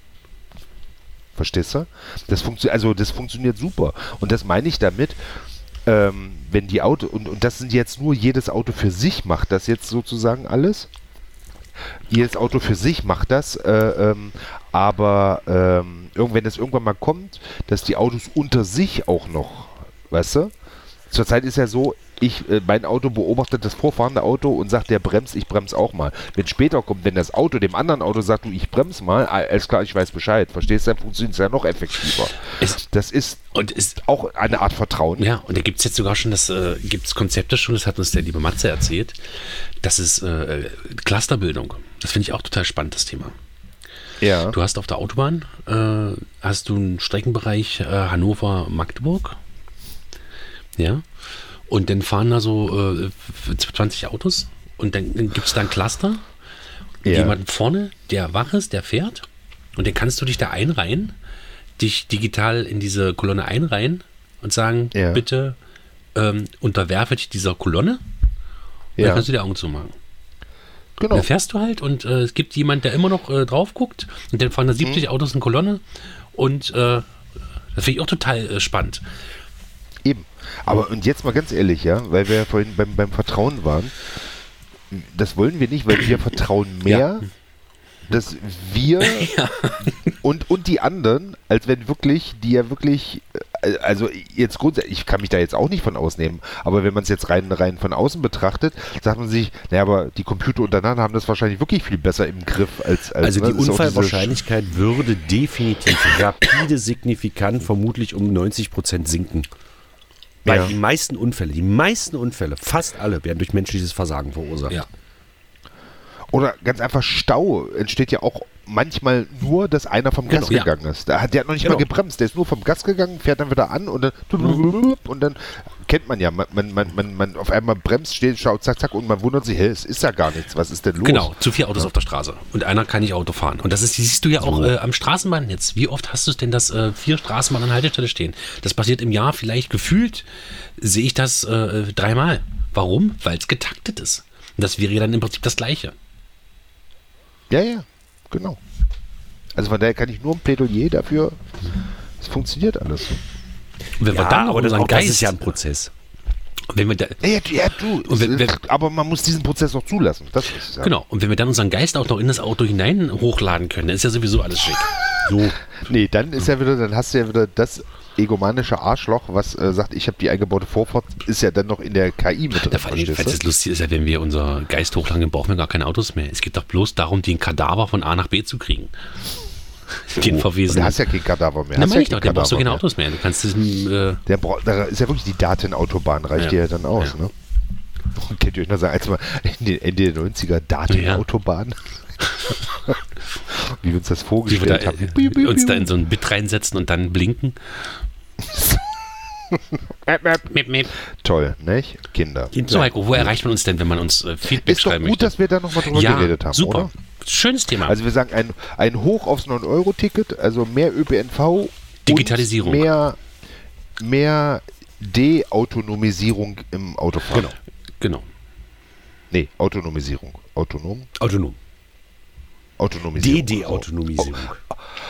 Verstehst du? Das funktioniert super. Und das meine ich damit, wenn die Auto, und das sind jetzt nur jedes Auto für sich macht das jetzt sozusagen alles. Jedes Auto für sich macht das, aber wenn es irgendwann mal kommt, dass die Autos unter sich auch noch, weißt du? Zurzeit ist ja so, mein Auto beobachtet das vorfahrende Auto und sagt, der bremst, ich bremse auch mal. Wenn später kommt, wenn das Auto dem anderen Auto sagt, du, ich bremse mal, alles klar, ich weiß Bescheid. Verstehst du, dann funktioniert es ja noch effektiver. Das ist auch eine Art Vertrauen. Ja, und da gibt es jetzt sogar schon, gibt's Konzepte schon, das hat uns der liebe Matze erzählt, das ist Clusterbildung. Das finde ich auch total spannend, das Thema. Ja. Du hast auf der Autobahn, hast du einen Streckenbereich Hannover-Magdeburg. Ja. Und dann fahren da so 20 Autos und dann gibt es da ein Cluster. Und jemanden vorne, der wach ist, der fährt. Und dann kannst du dich da einreihen, dich digital in diese Kolonne einreihen und sagen, bitte unterwerfe dich dieser Kolonne. Und dann kannst du die Augen zumachen. Genau. Dann fährst du halt und es gibt jemand, der immer noch drauf guckt. Und dann fahren da 70 Autos in Kolonne. Und das finde ich auch total spannend. Eben. Aber und jetzt mal ganz ehrlich, ja, weil wir ja vorhin beim Vertrauen waren, das wollen wir nicht, weil wir vertrauen mehr, dass wir und die anderen, als wenn wirklich, die ja wirklich, also jetzt grundsätzlich, ich kann mich da jetzt auch nicht von ausnehmen, aber wenn man es jetzt rein von außen betrachtet, sagt man sich, naja, aber die Computer untereinander haben das wahrscheinlich wirklich viel besser im Griff als also die Unfallwahrscheinlichkeit würde definitiv rapide, signifikant, vermutlich um 90% sinken. Weil die meisten Unfälle, fast alle, werden durch menschliches Versagen verursacht. Ja. Oder ganz einfach Stau entsteht ja auch manchmal nur, dass einer vom Gas gegangen ist. Der hat noch nicht mal gebremst, der ist nur vom Gas gegangen, fährt dann wieder an und dann kennt man ja, man auf einmal bremst, steht, schaut, zack, zack und man wundert sich, es ist ja gar nichts, was ist denn los? Genau, zu 4 Autos auf der Straße und einer kann nicht Auto fahren. Und das siehst du ja auch am Straßenbahnnetz. Wie oft hast du es denn, dass 4 Straßenbahnen an Haltestelle stehen? Das passiert im Jahr vielleicht gefühlt, sehe ich das 3-mal. Warum? Weil es getaktet ist. Und das wäre ja dann im Prinzip das Gleiche. Ja, genau. Also von daher kann ich nur ein Plädoyer dafür, es funktioniert alles. Wenn wir dann aber das ist ja ein Prozess. Wenn wir aber man muss diesen Prozess auch zulassen. Das ist genau, und wenn wir dann unseren Geist auch noch in das Auto hinein hochladen können, dann ist ja sowieso alles schick. So. Nee, dann hast du ja wieder das egomanische Arschloch, was sagt, ich habe die eingebaute Vorfahrt, ist ja dann noch in der KI mit drin. Das Lustige ist ja, wenn wir unser Geist hochladen, dann brauchen wir gar keine Autos mehr. Es geht doch bloß darum, den Kadaver von A nach B zu kriegen. Den verwesen. Du hast ja kein Kadaver mehr. Dann brauchst du keine Autos mehr. Du kannst diesen, da ist ja wirklich die Datenautobahn, reicht dir ja dann aus. Ja. Ne? Kennt ihr euch noch sagen, als mal Ende der 90er Datenautobahn? Wie wir uns das vorgestellt haben. Uns da in so ein Bit reinsetzen und dann blinken. Toll, nicht? Kinder. So, Heiko, wo erreicht man uns denn, wenn man uns Feedback schreiben möchte? Ist doch gut, dass wir da nochmal drüber geredet haben, super. Oder? Schönes Thema. Also wir sagen ein Hoch aufs 9-Euro-Ticket, also mehr ÖPNV, Digitalisierung. Und mehr Deautonomisierung im Autofahren. Genau. Nee, Autonomisierung. Autonom. Autonomisierung. Deautonomisierung.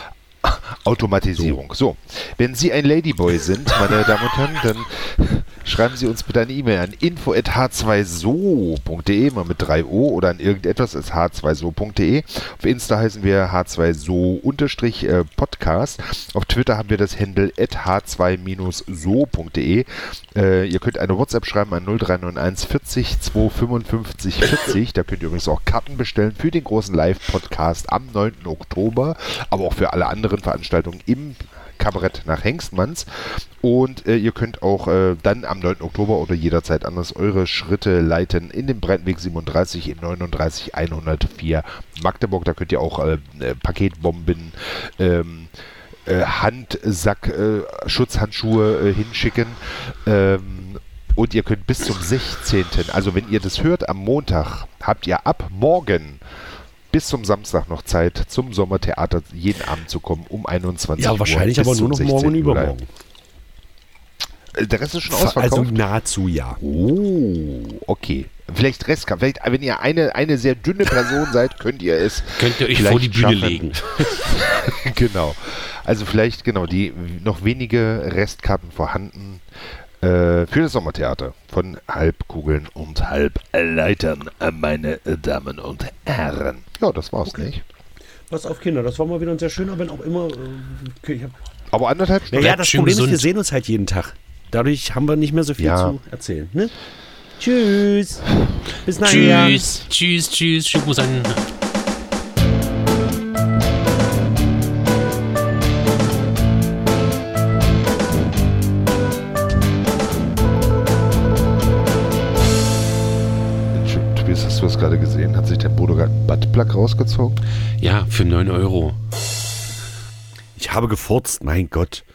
Automatisierung. So, wenn Sie ein Ladyboy sind, meine Damen und Herren, dann schreiben Sie uns bitte eine E-Mail an info@h2so.de, mal mit 3 O oder an irgendetwas ist h2so.de. Auf Insta heißen wir h2so_podcast. Auf Twitter haben wir das Handle @h2-so.de. Ihr könnt eine WhatsApp schreiben an 0391 40 255 40. Da könnt ihr übrigens auch Karten bestellen für den großen Live-Podcast am 9. Oktober, aber auch für alle anderen Veranstaltungen im Kabarett nach Hengstmanns. Und ihr könnt auch dann am 9. Oktober oder jederzeit anders eure Schritte leiten in den Breitenweg 37 in 39 104 Magdeburg. Da könnt ihr auch Paketbomben, Handsack, Schutzhandschuhe hinschicken. Und ihr könnt bis zum 16., also wenn ihr das hört am Montag, habt ihr ab morgen bis zum Samstag noch Zeit, zum Sommertheater jeden Abend zu kommen, um 21 Uhr. Ja, wahrscheinlich aber nur noch morgen und übermorgen. Der Rest ist schon ausverkauft? Also nahezu ja. Oh, okay. Vielleicht Restkarte. Vielleicht, wenn ihr eine sehr dünne Person seid, könnt ihr es. Könnt ihr euch vor die Bühne legen. Genau. Also vielleicht, die noch wenige Restkarten vorhanden für das Sommertheater von Halbkugeln und Halbleitern, meine Damen und Herren. Ja, das war's, nicht? Pass auf, Kinder, das war mal wieder ein sehr schöner, wenn auch immer. Aber 1,5 Stunden. Ja, das Problem ist, wir sehen uns halt jeden Tag. Dadurch haben wir nicht mehr so viel zu erzählen. Ne? Tschüss. Bis nachher. Tschüss. Schönen Gruß an. Hast du das gerade gesehen? Hat sich dein Bruder gerade einen Buttplug rausgezogen? Ja, für 9 Euro. Ich habe gefurzt, mein Gott.